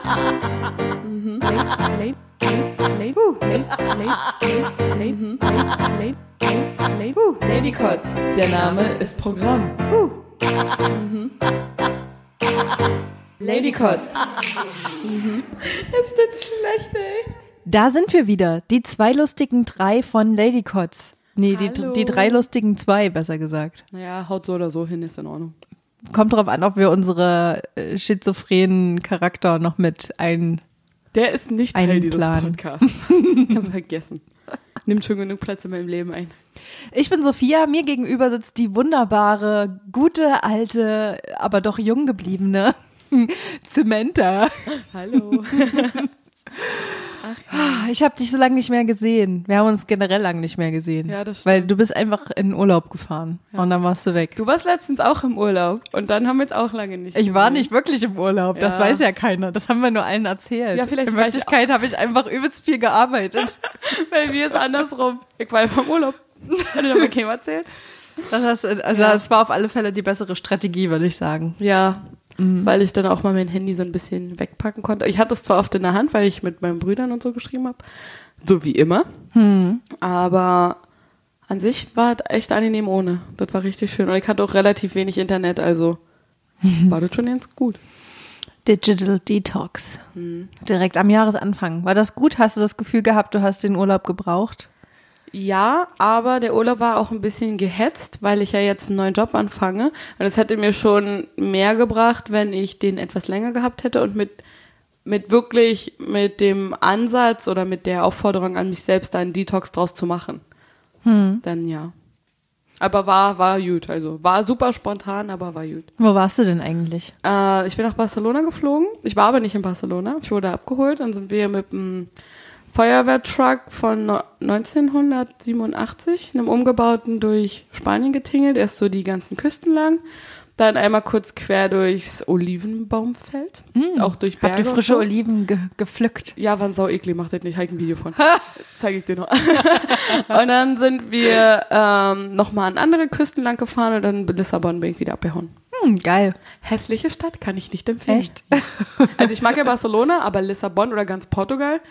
Ladycots, der Name ist Programm. Ladycots. Das tut schlecht, ey. Da sind wir wieder, die 2 lustigen 3 von Ladycots. Nee, die 3 lustigen 2, besser gesagt. Naja, haut so oder so hin, ist in Ordnung. Kommt drauf an, ob wir unsere schizophrenen Charakter noch mit Der ist nicht Teil dieses Planen. Podcasts. Kannst du vergessen. Nimmt schon genug Platz in meinem Leben ein. Ich bin Sophia, mir gegenüber sitzt die wunderbare, gute, alte, aber doch jung gebliebene Samantha. Hallo. Ich habe dich so lange nicht mehr gesehen. Wir haben uns generell lange nicht mehr gesehen. Ja, das stimmt. Weil du bist einfach in den Urlaub gefahren und dann warst du weg. Du warst letztens auch im Urlaub und dann haben wir jetzt auch lange nicht Ich war nicht wirklich im Urlaub, das Ja. weiß ja keiner. Das haben wir nur allen erzählt. Ja, vielleicht In war ich Wirklichkeit habe ich einfach übelst viel gearbeitet. Bei mir ist andersrum. Ich war einfach im Urlaub. Hat dir doch mal keinem erzählt? Es war auf alle Fälle die bessere Strategie, würde ich sagen. Ja, weil ich dann auch mal mein Handy so ein bisschen wegpacken konnte. Ich hatte es zwar oft in der Hand, weil ich mit meinen Brüdern und so geschrieben habe. So wie immer. Aber an sich war es echt angenehm ohne. Das war richtig schön. Und ich hatte auch relativ wenig Internet, also war das schon ganz gut. Digital Detox. Direkt am Jahresanfang. War das gut? Hast du das Gefühl gehabt, du hast den Urlaub gebraucht? Ja, aber der Urlaub war auch ein bisschen gehetzt, weil ich ja jetzt einen neuen Job anfange. Und es hätte mir schon mehr gebracht, wenn ich den etwas länger gehabt hätte und mit dem Ansatz oder mit der Aufforderung an mich selbst, da einen Detox draus zu machen. Dann ja. Aber war gut, also war super spontan, aber war gut. Wo warst du denn eigentlich? Ich bin nach Barcelona geflogen. Ich war aber nicht in Barcelona. Ich wurde abgeholt. Dann sind wir mit einem Feuerwehrtruck von 1987, einem umgebauten, durch Spanien getingelt. Erst so die ganzen Küsten lang. Dann einmal kurz quer durchs Olivenbaumfeld. Auch durch Berge. Habt ihr frische Oliven gepflückt? Ja, waren sau eklig, macht das nicht, halt ein Video von. Zeige ich dir noch. Und dann sind wir nochmal an andere Küsten lang gefahren und dann in Lissabon bin ich wieder abgehauen. Geil. Hässliche Stadt, kann ich nicht empfehlen. Echt? Also ich mag ja Barcelona, aber Lissabon oder ganz Portugal.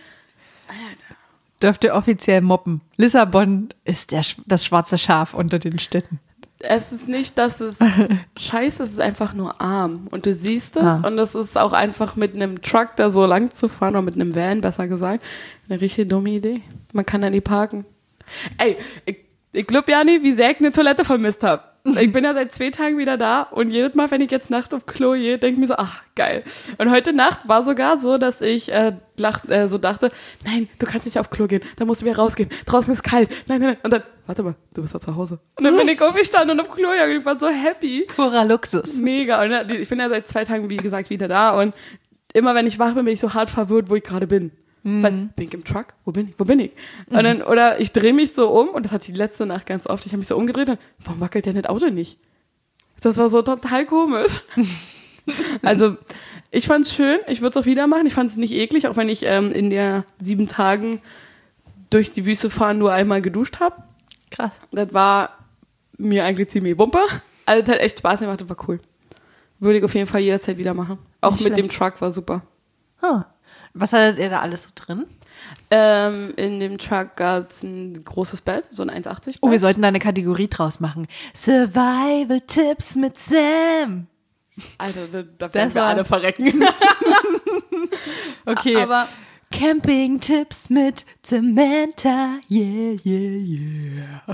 Dürft ihr offiziell moppen. Lissabon ist das schwarze Schaf unter den Städten. Es ist nicht, dass es scheiße, es ist einfach nur arm. Und du siehst es und es ist auch einfach mit einem Truck da so lang zu fahren, oder mit einem Van, besser gesagt, eine richtig dumme Idee. Man kann da nie parken. Ey, ich glaube ja nicht, wie sehr ich eine Toilette vermisst habe. Ich bin ja seit 2 Tagen wieder da und jedes Mal, wenn ich jetzt nachts auf Klo gehe, denke ich mir so, ach, geil. Und heute Nacht war sogar so, dass ich so dachte, nein, du kannst nicht auf Klo gehen, da musst du wieder rausgehen, draußen ist kalt, nein. Und dann, warte mal, du bist doch zu Hause. Und dann bin ich aufgestanden und auf Klo gegangen und ich war so happy. Purer Luxus. Mega. Und ich bin ja seit 2 Tagen, wie gesagt, wieder da und immer, wenn ich wach bin ich so hart verwirrt, wo ich gerade bin. Weil, bin ich im Truck? Wo bin ich? Und dann, oder ich drehe mich so um, und das hatte ich die letzte Nacht ganz oft, ich habe mich so umgedreht und warum wackelt denn das Auto nicht? Das war so total komisch. Also, ich fand's schön, ich würde es auch wieder machen, ich fand es nicht eklig, auch wenn ich in der 7 Tagen durch die Wüste fahren nur einmal geduscht habe. Krass. Das war mir eigentlich ziemlich Wumpe. Also, es hat echt Spaß gemacht, das war cool. Würde ich auf jeden Fall jederzeit wieder machen. Auch Nicht mit schlecht. dem Truck war super. Was hattet ihr da alles so drin? In dem Truck gab es ein großes Bett, so ein 1,80 Bett. Oh, wir sollten da eine Kategorie draus machen. Survival Tipps mit Sam. Alter, da Das werden wir war- alle verrecken. Okay. Aber Camping Tipps mit Samantha. Yeah, yeah, yeah.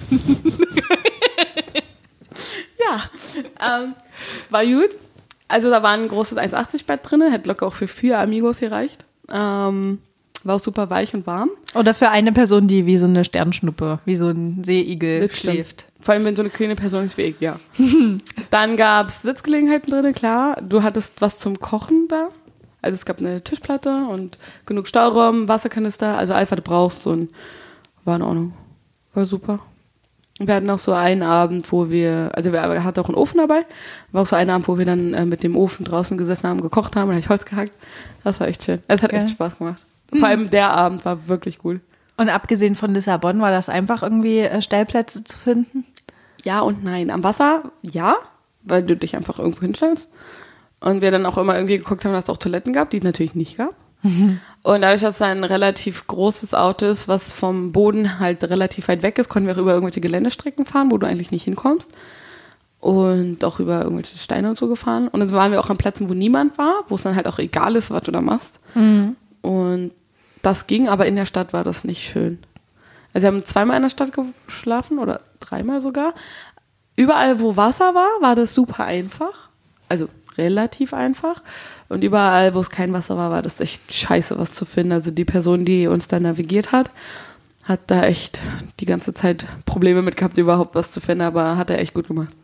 ja, war gut. Also da war ein großes 1,80 Bett drin, hätte locker auch für 4 Amigos gereicht. War auch super weich und warm. Oder für eine Person, die wie so eine Sternschnuppe, wie so ein Seeigel Das stimmt. schläft. Vor allem, wenn so eine kleine Person ist wie ich, ja. Dann gab es Sitzgelegenheiten drin, klar. Du hattest was zum Kochen da. Also es gab eine Tischplatte und genug Stauraum, Wasserkanister, also alles, was du brauchst. Und war in Ordnung. War super. Und wir hatten auch so einen Abend, wo wir hatten auch einen Ofen dabei. War auch so ein Abend, wo wir dann mit dem Ofen draußen gesessen haben, gekocht haben und ich Holz gehackt. Das war echt schön. Es hat echt Spaß gemacht. Vor allem der Abend war wirklich cool. Und abgesehen von Lissabon, war das einfach irgendwie Stellplätze zu finden? Ja und nein. Am Wasser, ja, weil du dich einfach irgendwo hinstellst. Und wir dann auch immer irgendwie geguckt haben, dass es auch Toiletten gab, die es natürlich nicht gab. Und dadurch, dass es ein relativ großes Auto ist, was vom Boden halt relativ weit weg ist, konnten wir auch über irgendwelche Geländestrecken fahren, wo du eigentlich nicht hinkommst. Und auch über irgendwelche Steine und so gefahren. Und dann waren wir auch an Plätzen, wo niemand war, wo es dann halt auch egal ist, was du da machst. Und das ging, aber in der Stadt war das nicht schön. Also wir haben 2-mal in der Stadt geschlafen oder 3-mal sogar. Überall, wo Wasser war, war das super einfach. Also relativ einfach. Und überall, wo es kein Wasser war, war das echt scheiße, was zu finden. Also die Person, die uns da navigiert hat da echt die ganze Zeit Probleme mit gehabt, überhaupt was zu finden, aber hat er echt gut gemacht.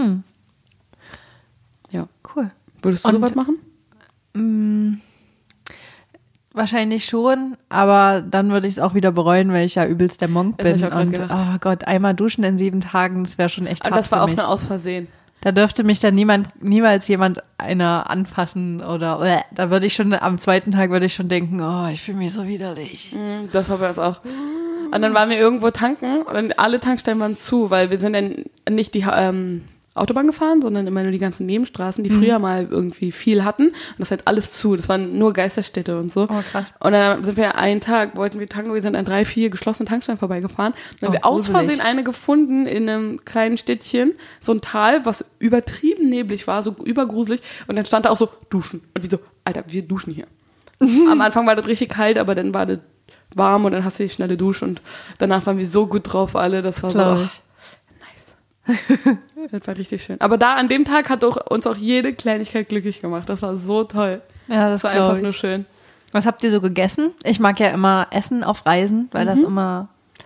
Ja. Cool. Würdest du sowas machen? Wahrscheinlich schon, aber dann würde ich es auch wieder bereuen, weil ich ja übelst der Monk bin. Das hab ich auch Und gedacht. oh Gott, einmal duschen in 7 Tagen, das wäre schon echt hart Aber das war für auch mich. nur aus Versehen. Da dürfte mich dann niemals jemand einer anfassen oder da würde ich schon am 2. Tag würde ich schon denken, oh, ich fühle mich so widerlich. Das war bei uns auch. Und dann waren wir irgendwo tanken und alle Tankstellen waren zu, weil wir sind dann nicht die Autobahn gefahren, sondern immer nur die ganzen Nebenstraßen, die früher mal irgendwie viel hatten. Und das war halt alles zu. Das waren nur Geisterstädte und so. Oh, krass. Und dann sind wir einen Tag, wollten wir tanken, wir sind an 3, 4 geschlossenen Tankstellen vorbeigefahren. Dann haben wir aus gruselig. Versehen eine gefunden in einem kleinen Städtchen, so ein Tal, was übertrieben neblig war, so übergruselig. Und dann stand da auch so, duschen. Und wir so, Alter, wir duschen hier. Am Anfang war das richtig kalt, aber dann war das warm und dann hast du die schnelle Dusche und danach waren wir so gut drauf alle, das war Glaub so, ich. nice. Das war richtig schön. Aber da, an dem Tag hat uns auch jede Kleinigkeit glücklich gemacht. Das war so toll. Ja, das war glaube einfach ich. nur schön. Was habt ihr so gegessen? Ich mag ja immer Essen auf Reisen, weil das immer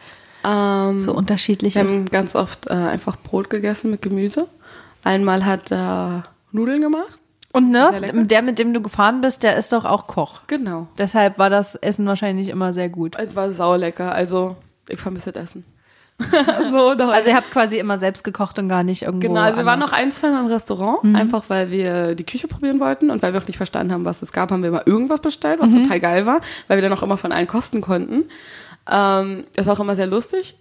so unterschiedlich Wir ist. haben ganz oft einfach Brot gegessen mit Gemüse. Einmal hat er Nudeln gemacht. Und Sehr ne, lecker. der, mit dem du gefahren bist, der ist doch auch Koch. Genau. Deshalb war das Essen wahrscheinlich immer sehr gut. Es war saulecker. Also, ich vermisse das Essen. So doll. Also ihr habt quasi immer selbst gekocht und gar nicht irgendwo Genau, also wir waren anders. noch 1, 2 Mal im Restaurant, einfach weil wir die Küche probieren wollten und weil wir auch nicht verstanden haben, was es gab, haben wir immer irgendwas bestellt, was total geil war, weil wir dann auch immer von allen kosten konnten. Das war auch immer sehr lustig.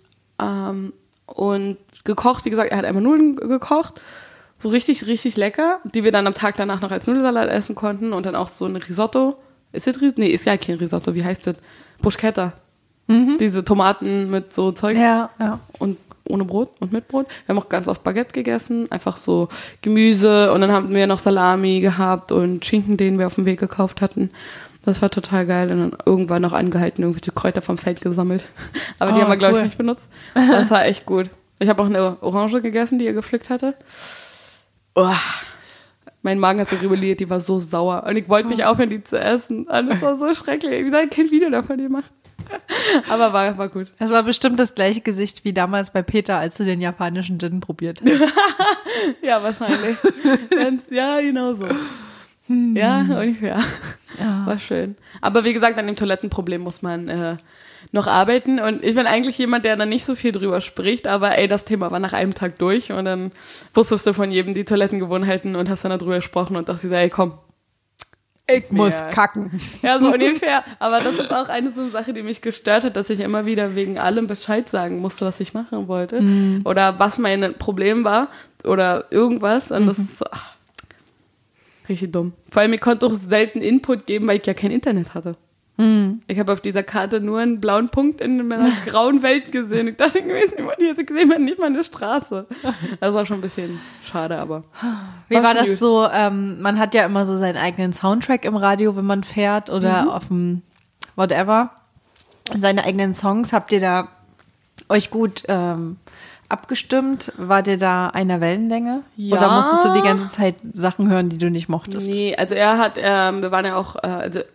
Und gekocht, wie gesagt, er hat einmal Nudeln gekocht, so richtig, richtig lecker, die wir dann am Tag danach noch als Nudelsalat essen konnten und dann auch so ein Risotto. Ist das Risotto? Nee, ist ja kein Risotto, wie heißt das? Bruschetta. Diese Tomaten mit so Zeug. Ja. Und ohne Brot und mit Brot. Wir haben auch ganz oft Baguette gegessen, einfach so Gemüse und dann haben wir noch Salami gehabt und Schinken, den wir auf dem Weg gekauft hatten. Das war total geil und dann irgendwann noch angehalten, irgendwelche Kräuter vom Feld gesammelt. Aber die haben wir, glaube ich, nicht benutzt. Das war echt gut. Ich habe auch eine Orange gegessen, die er gepflückt hatte. Oh. Mein Magen hat so rebelliert, die war so sauer. Und ich wollte nicht aufhören, die zu essen. Und das war so schrecklich. Wie gesagt, kein Video davon gemacht. Aber war gut. Das war bestimmt das gleiche Gesicht wie damals bei Peter, als du den japanischen Gin probiert hast. Ja, wahrscheinlich. Ja, genau so. Ja, ungefähr. Ja. War schön. Aber wie gesagt, an dem Toilettenproblem muss man noch arbeiten. Und ich bin eigentlich jemand, der da nicht so viel drüber spricht. Aber ey, das Thema war nach einem Tag durch. Und dann wusstest du von jedem die Toilettengewohnheiten und hast dann darüber gesprochen und dachte, ey, komm. Ich muss kacken. Ja, so ungefähr. Aber das ist auch eine so eine Sache, die mich gestört hat, dass ich immer wieder wegen allem Bescheid sagen musste, was ich machen wollte. Oder was mein Problem war. Oder irgendwas. Und das ist so, richtig dumm. Vor allem, ich konnte auch selten Input geben, weil ich ja kein Internet hatte. Ich habe auf dieser Karte nur einen blauen Punkt in meiner grauen Welt gesehen. Ich dachte, hier gesehen man nicht mal eine Straße. Das war schon ein bisschen schade, aber. Wie war das so? Man hat ja immer so seinen eigenen Soundtrack im Radio, wenn man fährt oder auf dem whatever. Seine eigenen Songs. Habt ihr da euch gut abgestimmt? Wart ihr da einer Wellenlänge? Ja. Oder musstest du die ganze Zeit Sachen hören, die du nicht mochtest? Nee, also er hat, wir waren ja auch,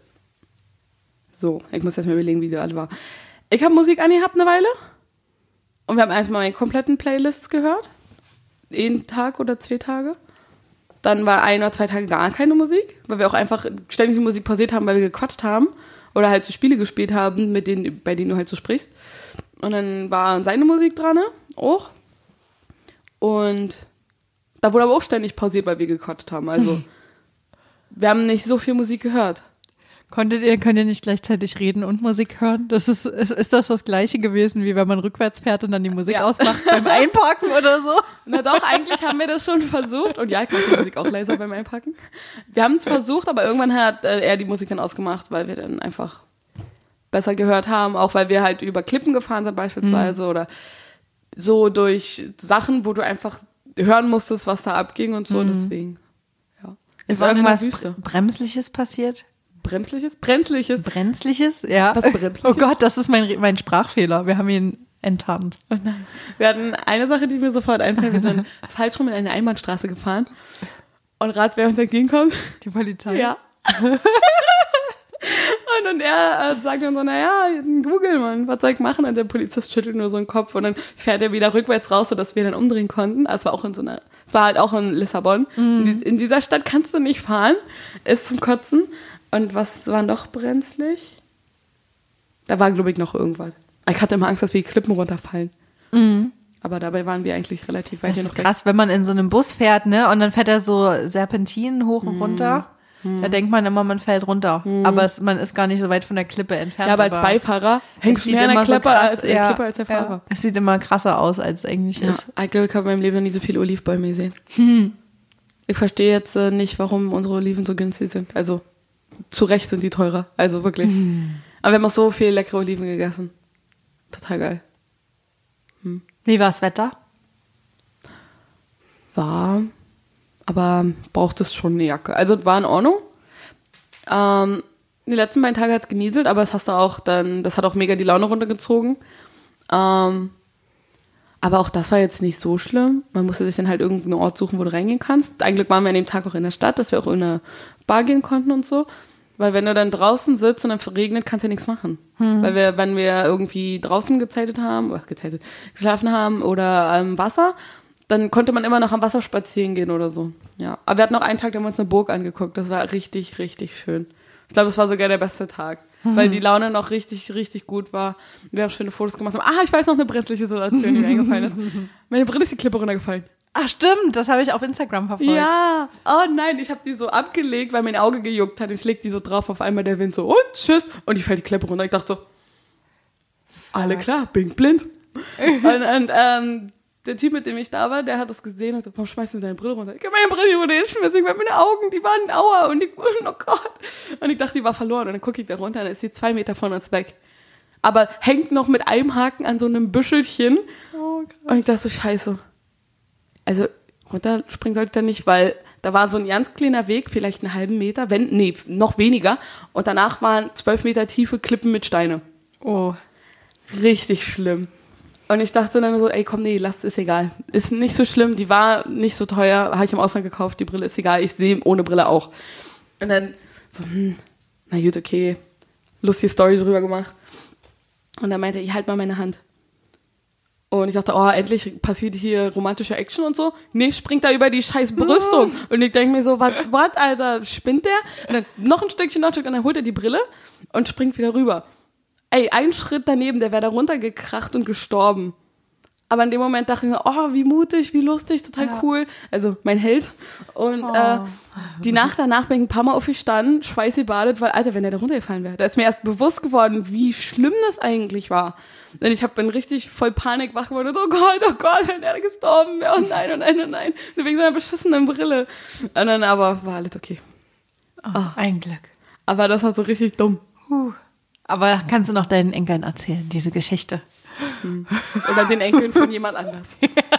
so, ich muss jetzt mal überlegen, wie das alle war. Ich habe Musik angehabt eine Weile und wir haben erstmal meine kompletten Playlists gehört. Jeden Tag oder 2 Tage. Dann war 1 oder 2 Tage gar keine Musik, weil wir auch einfach ständig die Musik pausiert haben, weil wir gequatscht haben oder halt so Spiele gespielt haben, bei denen du halt so sprichst. Und dann war seine Musik dran, auch. Und da wurde aber auch ständig pausiert, weil wir gequatscht haben. Also wir haben nicht so viel Musik gehört. Könnt ihr nicht gleichzeitig reden und Musik hören? Ist das Gleiche gewesen, wie wenn man rückwärts fährt und dann die Musik ausmacht beim Einparken oder so? Na doch, eigentlich haben wir das schon versucht. Und ja, ich mache die Musik auch leiser beim Einparken. Wir haben es versucht, aber irgendwann hat er die Musik dann ausgemacht, weil wir dann einfach besser gehört haben. Auch weil wir halt über Klippen gefahren sind beispielsweise oder so durch Sachen, wo du einfach hören musstest, was da abging und so. Deswegen, ja. Ist irgendwas Bremsliches passiert? Brenzliches? Brenzliches, ja. Was Brenzliches? Oh Gott, das ist mein Sprachfehler. Wir haben ihn enttarnt. Oh nein. Wir hatten eine Sache, die mir sofort einfällt. Wir sind falsch rum in eine Einbahnstraße gefahren. Und rat, wer uns entgegenkommt? Die Polizei? Ja. Und er sagt dann so, naja, Google, Mann, was soll ich machen? Und der Polizist schüttelt nur so den Kopf und dann fährt er wieder rückwärts raus, sodass wir dann umdrehen konnten. Also es war halt auch in Lissabon. In dieser Stadt kannst du nicht fahren. Ist zum Kotzen. Und was war noch brenzlig? Da war, glaube ich, noch irgendwas. Ich hatte immer Angst, dass wir die Klippen runterfallen. Aber dabei waren wir eigentlich relativ weit hier noch weg. Das ist krass, wenn man in so einem Bus fährt, ne? Und dann fährt er so Serpentinen hoch und runter. Da denkt man immer, man fällt runter. Aber man ist gar nicht so weit von der Klippe entfernt. Ja, aber als Beifahrer hängst du mehr an der Klippe als der Fahrer. Ja. Es sieht immer krasser aus, als es eigentlich ist. Ich glaube, ich habe in meinem Leben noch nie so viele Olivbäume gesehen. Ich verstehe jetzt nicht, warum unsere Oliven so günstig sind. Also zu Recht sind die teurer. Also wirklich. Aber wir haben auch so viel leckere Oliven gegessen. Total geil. Wie war das Wetter? Warm. Aber braucht es schon eine Jacke. Also es war in Ordnung. Die letzten beiden Tage hat es genieselt, aber das hat auch mega die Laune runtergezogen. Aber auch das war jetzt nicht so schlimm. Man musste sich dann halt irgendeinen Ort suchen, wo du reingehen kannst. Ein Glück waren wir an dem Tag auch in der Stadt, dass wir auch in eine Bar gehen konnten und so. Weil wenn du dann draußen sitzt und dann regnet, kannst du ja nichts machen. Weil wenn wir irgendwie draußen geschlafen haben oder am Wasser, dann konnte man immer noch am Wasser spazieren gehen oder so. Ja. Aber wir hatten noch einen Tag, da haben wir uns eine Burg angeguckt. Das war richtig, richtig schön. Ich glaube, das war sogar der beste Tag. Weil die Laune noch richtig, richtig gut war. Wir haben schöne Fotos gemacht. Ich weiß noch eine brenzliche Situation, die mir eingefallen ist. Meine Brille ist die Klippe runtergefallen. Ach stimmt, das habe ich auf Instagram verfolgt. Ja, oh nein, ich habe die so abgelegt, weil mein Auge gejuckt hat. Ich leg die so drauf, auf einmal der Wind so, und tschüss. Und die fällt die Klippe runter. Ich dachte so, alle klar, bin blind. und der Typ, mit dem ich da war, der hat das gesehen und sagt, warum schmeißt du deine Brille runter? Ich habe meine Brille runtergeschmissen, weil meine Augen, die waren aua. Und oh Gott. Und ich dachte, die war verloren. Und dann gucke ich da runter und dann ist sie 2 Meter von uns weg. Aber hängt noch mit einem Haken an so einem Büschelchen. Oh, krass. Und ich dachte so, scheiße. Also runterspringen sollte ich da nicht, weil da war so ein ganz kleiner Weg, vielleicht einen halben Meter, noch weniger. Und danach waren 12 Meter tiefe Klippen mit Steine. Oh. Richtig schlimm. Und ich dachte dann so, ey, komm, nee, ist egal. Ist nicht so schlimm, die war nicht so teuer, habe ich im Ausland gekauft, die Brille ist egal, ich sehe ohne Brille auch. Und dann so, na gut, okay, lustige Story drüber gemacht. Und dann meinte er, halt mal meine Hand. Und ich dachte, endlich passiert hier romantische Action und so. Nee, springt da über die scheiß Brüstung. Und ich denke mir so, was, Alter, spinnt der? Und dann noch ein Stückchen, und dann holt er die Brille und springt wieder rüber. Ey, ein Schritt daneben, der wäre da runtergekracht und gestorben. Aber in dem Moment dachte ich mir, wie mutig, wie lustig, total cool. Also mein Held. Und die Nacht danach bin ich ein paar Mal aufgestanden, schweißgebadet, weil, Alter, wenn der da runtergefallen wäre. Da ist mir erst bewusst geworden, wie schlimm das eigentlich war. Und ich bin richtig voll Panik wach geworden. Und so, oh Gott, wenn der gestorben wäre. Oh nein, oh nein, oh nein. Und wegen seiner beschissenen Brille. Und dann aber war alles okay. Ein Glück. Aber das war so richtig dumm. Aber kannst du noch deinen Enkeln erzählen, diese Geschichte? Oder den Enkeln von jemand anders.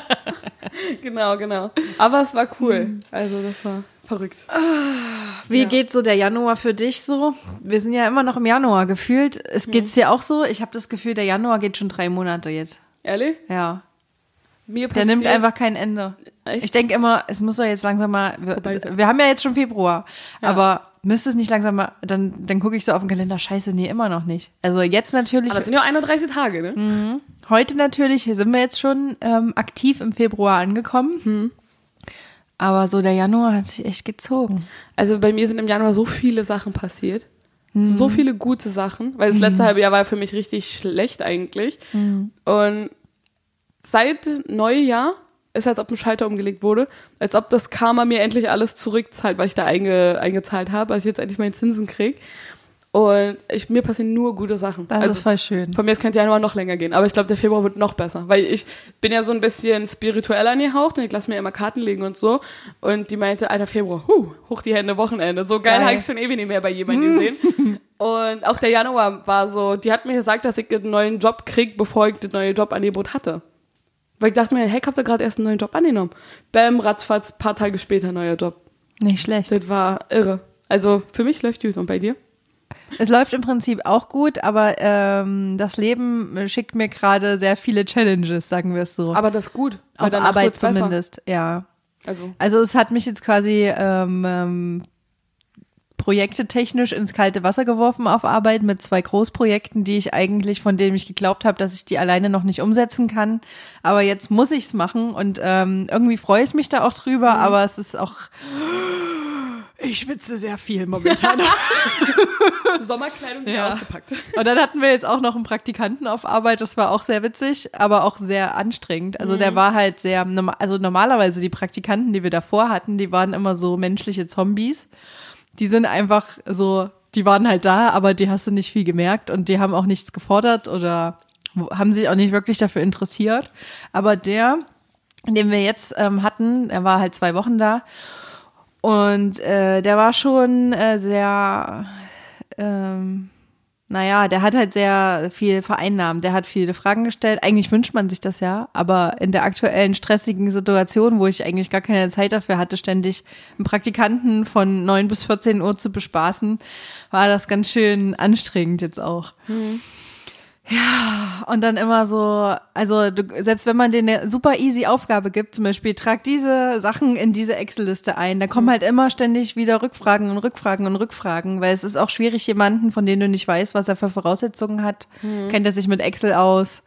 Genau. Aber es war cool. Also das war verrückt. Wie geht so der Januar für dich so? Wir sind ja immer noch im Januar gefühlt. Geht's dir auch so? Ich habe das Gefühl, der Januar geht schon 3 Monate jetzt. Ehrlich? Ja. Der nimmt einfach kein Ende. Echt? Ich denke immer, es muss doch jetzt langsam mal, wir haben ja jetzt schon Februar, aber müsste es nicht langsam mal, dann gucke ich so auf den Kalender, scheiße, nee, immer noch nicht. Also jetzt natürlich. Aber das sind ja 31 Tage, ne? Heute natürlich sind wir jetzt schon aktiv im Februar angekommen. Aber so der Januar hat sich echt gezogen. Also bei mir sind im Januar so viele Sachen passiert. So viele gute Sachen, weil das letzte halbe Jahr war für mich richtig schlecht eigentlich. Und seit Neujahr ist, als ob ein Schalter umgelegt wurde, als ob das Karma mir endlich alles zurückzahlt, weil ich da eingezahlt habe, als ich jetzt endlich meine Zinsen kriege. Und mir passieren nur gute Sachen. Das ist voll schön. Von mir könnte Januar noch länger gehen. Aber ich glaube, der Februar wird noch besser. Weil ich bin ja so ein bisschen spirituell angehaucht und ich lasse mir immer Karten legen und so. Und die meinte, Alter, Februar, hoch die Hände, Wochenende. So geil habe ich schon ewig nicht mehr bei jemandem gesehen. Und auch der Januar war so, die hat mir gesagt, dass ich einen neuen Job kriege, bevor ich das neue Jobangebot hatte. Weil ich dachte mir, hey, habt ihr gerade erst einen neuen Job angenommen? Bäm, ratzfatz, paar Tage später neuer Job. Nicht schlecht. Das war irre. Also für mich läuft gut. Und bei dir? Es läuft im Prinzip auch gut, aber das Leben schickt mir gerade sehr viele Challenges, sagen wir es so. Aber das ist gut. Auf Arbeit zumindest, ja. Also es hat mich jetzt quasi projektetechnisch ins kalte Wasser geworfen auf Arbeit mit 2 Großprojekten, von denen ich geglaubt habe, dass ich die alleine noch nicht umsetzen kann. Aber jetzt muss ich es machen und irgendwie freue ich mich da auch drüber, aber es ist auch... Ich schwitze sehr viel momentan. Sommerkleidung ausgepackt. Und dann hatten wir jetzt auch noch einen Praktikanten auf Arbeit, das war auch sehr witzig, aber auch sehr anstrengend. Also der war halt normalerweise die Praktikanten, die wir davor hatten, die waren immer so menschliche Zombies. Die sind einfach so, die waren halt da, aber die hast du nicht viel gemerkt und die haben auch nichts gefordert oder haben sich auch nicht wirklich dafür interessiert. Aber den wir jetzt hatten, er war halt 2 Wochen da. Und der war schon sehr, der hat halt sehr viel vereinnahmt. Der hat viele Fragen gestellt. Eigentlich wünscht man sich das ja, aber in der aktuellen stressigen Situation, wo ich eigentlich gar keine Zeit dafür hatte, ständig einen Praktikanten von 9 bis 14 Uhr zu bespaßen, war das ganz schön anstrengend jetzt auch. Ja, und dann immer so, also selbst wenn man denen eine super easy Aufgabe gibt, zum Beispiel, trag diese Sachen in diese Excel-Liste ein, da kommen halt immer ständig wieder Rückfragen, weil es ist auch schwierig, jemanden, von dem du nicht weißt, was er für Voraussetzungen hat, kennt er sich mit Excel aus,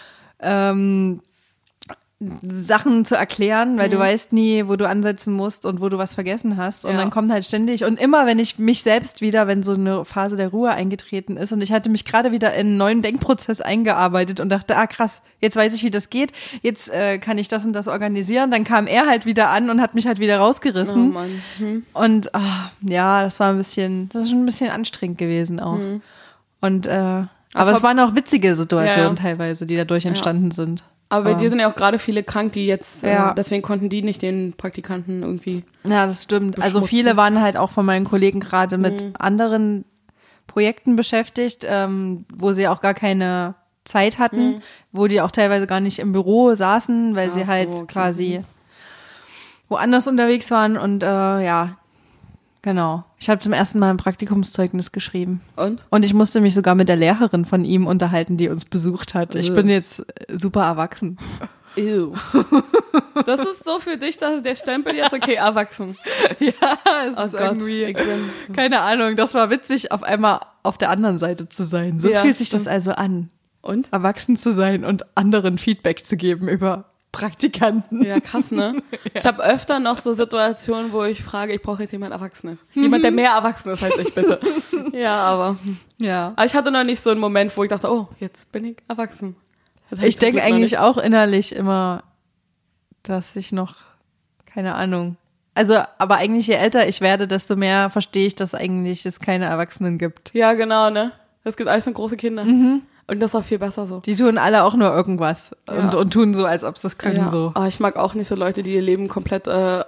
Sachen zu erklären, weil du weißt nie, wo du ansetzen musst und wo du was vergessen hast. Und dann kommt halt ständig, und immer wenn ich mich selbst wieder, wenn so eine Phase der Ruhe eingetreten ist und ich hatte mich gerade wieder in einen neuen Denkprozess eingearbeitet und dachte, krass, jetzt weiß ich, wie das geht, jetzt kann ich das und das organisieren, dann kam er halt wieder an und hat mich halt wieder rausgerissen. Oh Mann. Und das ist schon ein bisschen anstrengend gewesen auch. Und aber es waren auch witzige Situationen teilweise, die dadurch entstanden sind. Aber bei dir sind ja auch gerade viele krank, die jetzt, deswegen konnten die nicht den Praktikanten irgendwie. Ja, das stimmt. Also viele waren halt auch von meinen Kollegen gerade mit anderen Projekten beschäftigt, wo sie auch gar keine Zeit hatten, wo die auch teilweise gar nicht im Büro saßen, weil sie halt quasi woanders unterwegs waren und genau. Ich habe zum ersten Mal ein Praktikumszeugnis geschrieben. Und ich musste mich sogar mit der Lehrerin von ihm unterhalten, die uns besucht hat. Ich bin jetzt super erwachsen. Ew. Das ist so für dich, dass der Stempel jetzt, okay, erwachsen. Ja, es ist irgendwie, keine Ahnung, das war witzig, auf einmal auf der anderen Seite zu sein. So fühlt sich das also an. Und? Erwachsen zu sein und anderen Feedback zu geben über Praktikanten. Ja, krass, ne? Ich habe öfter noch so Situationen, wo ich frage, ich brauche jetzt jemanden Erwachsenen. Jemand, der mehr erwachsen ist als ich, bitte. Aber ich hatte noch nicht so einen Moment, wo ich dachte, oh, jetzt bin ich erwachsen. Ich denke eigentlich auch innerlich immer, dass ich noch, keine Ahnung. Also, aber eigentlich je älter ich werde, desto mehr verstehe ich, dass eigentlich es keine Erwachsenen gibt. Ja, genau, ne? Es gibt alles nur große Kinder. Und das ist auch viel besser so. Die tun alle auch nur irgendwas und tun so, als ob sie es können. So. Aber ich mag auch nicht so Leute, die ihr Leben komplett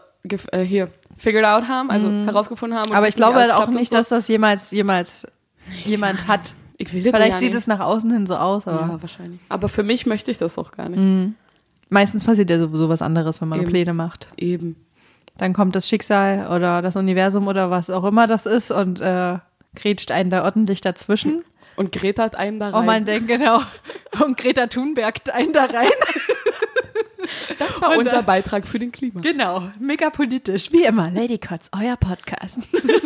figured out haben, also herausgefunden haben. Aber ich glaube halt auch nicht, dass das jemals jemand hat. Vielleicht sieht es nach außen hin so aus. Aber ja, wahrscheinlich. Aber für mich möchte ich das auch gar nicht. Meistens passiert ja sowieso was anderes, wenn man Pläne macht. Eben. Dann kommt das Schicksal oder das Universum oder was auch immer das ist und grätscht einen da ordentlich dazwischen. Und Greta hat einen da rein. Oh, man denkt, genau. Und Greta Thunberg einen da rein. Das war unser Beitrag für den Klima. Genau, mega politisch. Wie immer, Lady Kotz, euer Podcast.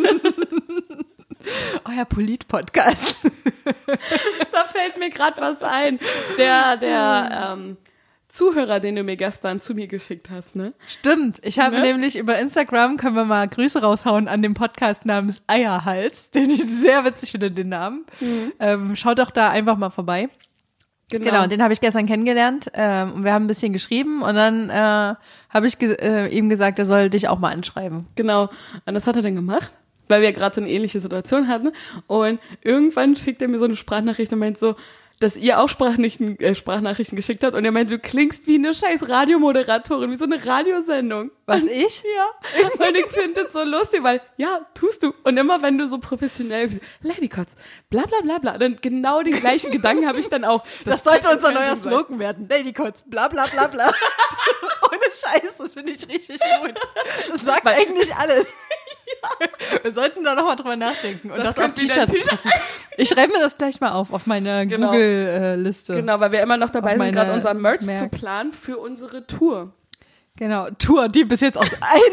Euer Polit-Podcast. Da fällt mir gerade was ein. Der Zuhörer, den du mir gestern zu mir geschickt hast, ne? Stimmt. Ich habe nämlich über Instagram, können wir mal Grüße raushauen an den Podcast namens Eierhals, den ich sehr witzig finde, den Namen. Schaut doch da einfach mal vorbei. Genau, den habe ich gestern kennengelernt und wir haben ein bisschen geschrieben und dann habe ich ihm gesagt, er soll dich auch mal anschreiben. Genau, und das hat er dann gemacht. weil wir gerade so eine ähnliche Situation hatten. Und irgendwann schickt er mir so eine Sprachnachricht und meint so, dass ihr auch Sprachnachrichten geschickt habt und er meint, du klingst wie eine scheiß Radiomoderatorin, wie so eine Radiosendung. Was, und, ich? Ja. Und ich finde das so lustig, weil, ja, tust du. Und immer wenn du so professionell bist, Ladycots, bla bla bla bla, dann genau die gleichen Gedanken habe ich dann auch. Das sollte unser neuer Slogan werden. Ladycots, bla bla bla bla. Ohne Scheiß, das finde ich richtig gut. Das sagt eigentlich alles. Ja. Wir sollten da nochmal drüber nachdenken und das auf T-Shirts drucken. Ich schreibe mir das gleich mal auf meine Google-Liste. Genau, weil wir immer noch dabei sind, gerade unser Merch zu planen für unsere Tour. Genau, Tour, die bis jetzt aus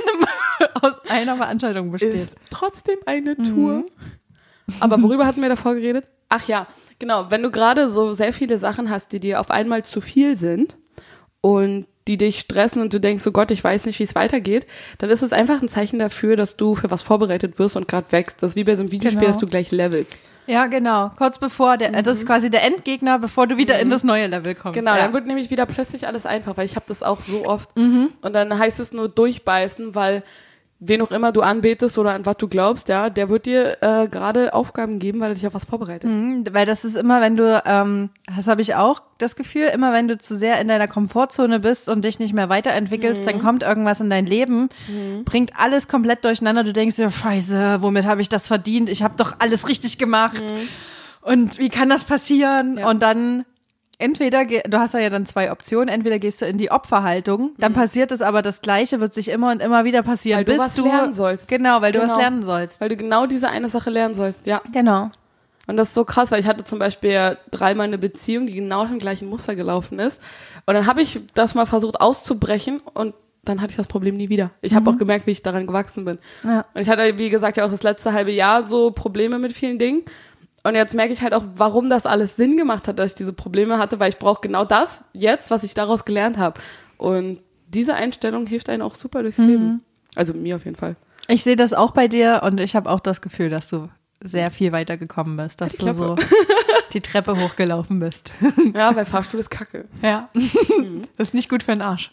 einer Veranstaltung besteht. Ist trotzdem eine Tour. Aber worüber hatten wir davor geredet? Ach ja, genau, wenn du gerade so sehr viele Sachen hast, die dir auf einmal zu viel sind und die dich stressen und du denkst, oh Gott, ich weiß nicht, wie es weitergeht, dann ist es einfach ein Zeichen dafür, dass du für was vorbereitet wirst und gerade wächst. Das ist wie bei so einem Videospiel, dass du gleich levelst. Ja, genau. Kurz bevor, das ist quasi der Endgegner, bevor du wieder in das neue Level kommst. Genau, dann wird nämlich wieder plötzlich alles einfach, weil ich habe das auch so oft. Und dann heißt es nur durchbeißen, weil wen auch immer du anbetest oder an was du glaubst, ja, der wird dir gerade Aufgaben geben, weil er dich auf was vorbereitet. Weil das ist immer, wenn du, das habe ich auch das Gefühl, immer wenn du zu sehr in deiner Komfortzone bist und dich nicht mehr weiterentwickelst, dann kommt irgendwas in dein Leben, bringt alles komplett durcheinander. Du denkst dir, scheiße, womit habe ich das verdient? Ich habe doch alles richtig gemacht. Und wie kann das passieren? Ja. Und dann entweder, du hast ja dann 2 Optionen, entweder gehst du in die Opferhaltung, dann passiert es aber das Gleiche, wird sich immer und immer wieder passieren, weil bis du was lernen sollst. Genau, weil du was lernen sollst. Weil du genau diese eine Sache lernen sollst, ja. Genau. Und das ist so krass, weil ich hatte zum Beispiel ja 3-mal eine Beziehung, die genau nach dem gleichen Muster gelaufen ist. Und dann habe ich das mal versucht auszubrechen und dann hatte ich das Problem nie wieder. Ich habe auch gemerkt, wie ich daran gewachsen bin. Ja. Und ich hatte, wie gesagt, ja auch das letzte halbe Jahr so Probleme mit vielen Dingen. Und jetzt merke ich halt auch, warum das alles Sinn gemacht hat, dass ich diese Probleme hatte, weil ich brauche genau das jetzt, was ich daraus gelernt habe. Und diese Einstellung hilft einem auch super durchs Leben. Also mir auf jeden Fall. Ich sehe das auch bei dir und ich habe auch das Gefühl, dass du sehr viel weitergekommen bist, dass du so die Treppe hochgelaufen bist. Ja, weil Fahrstuhl ist Kacke. Ja, das ist nicht gut für den Arsch.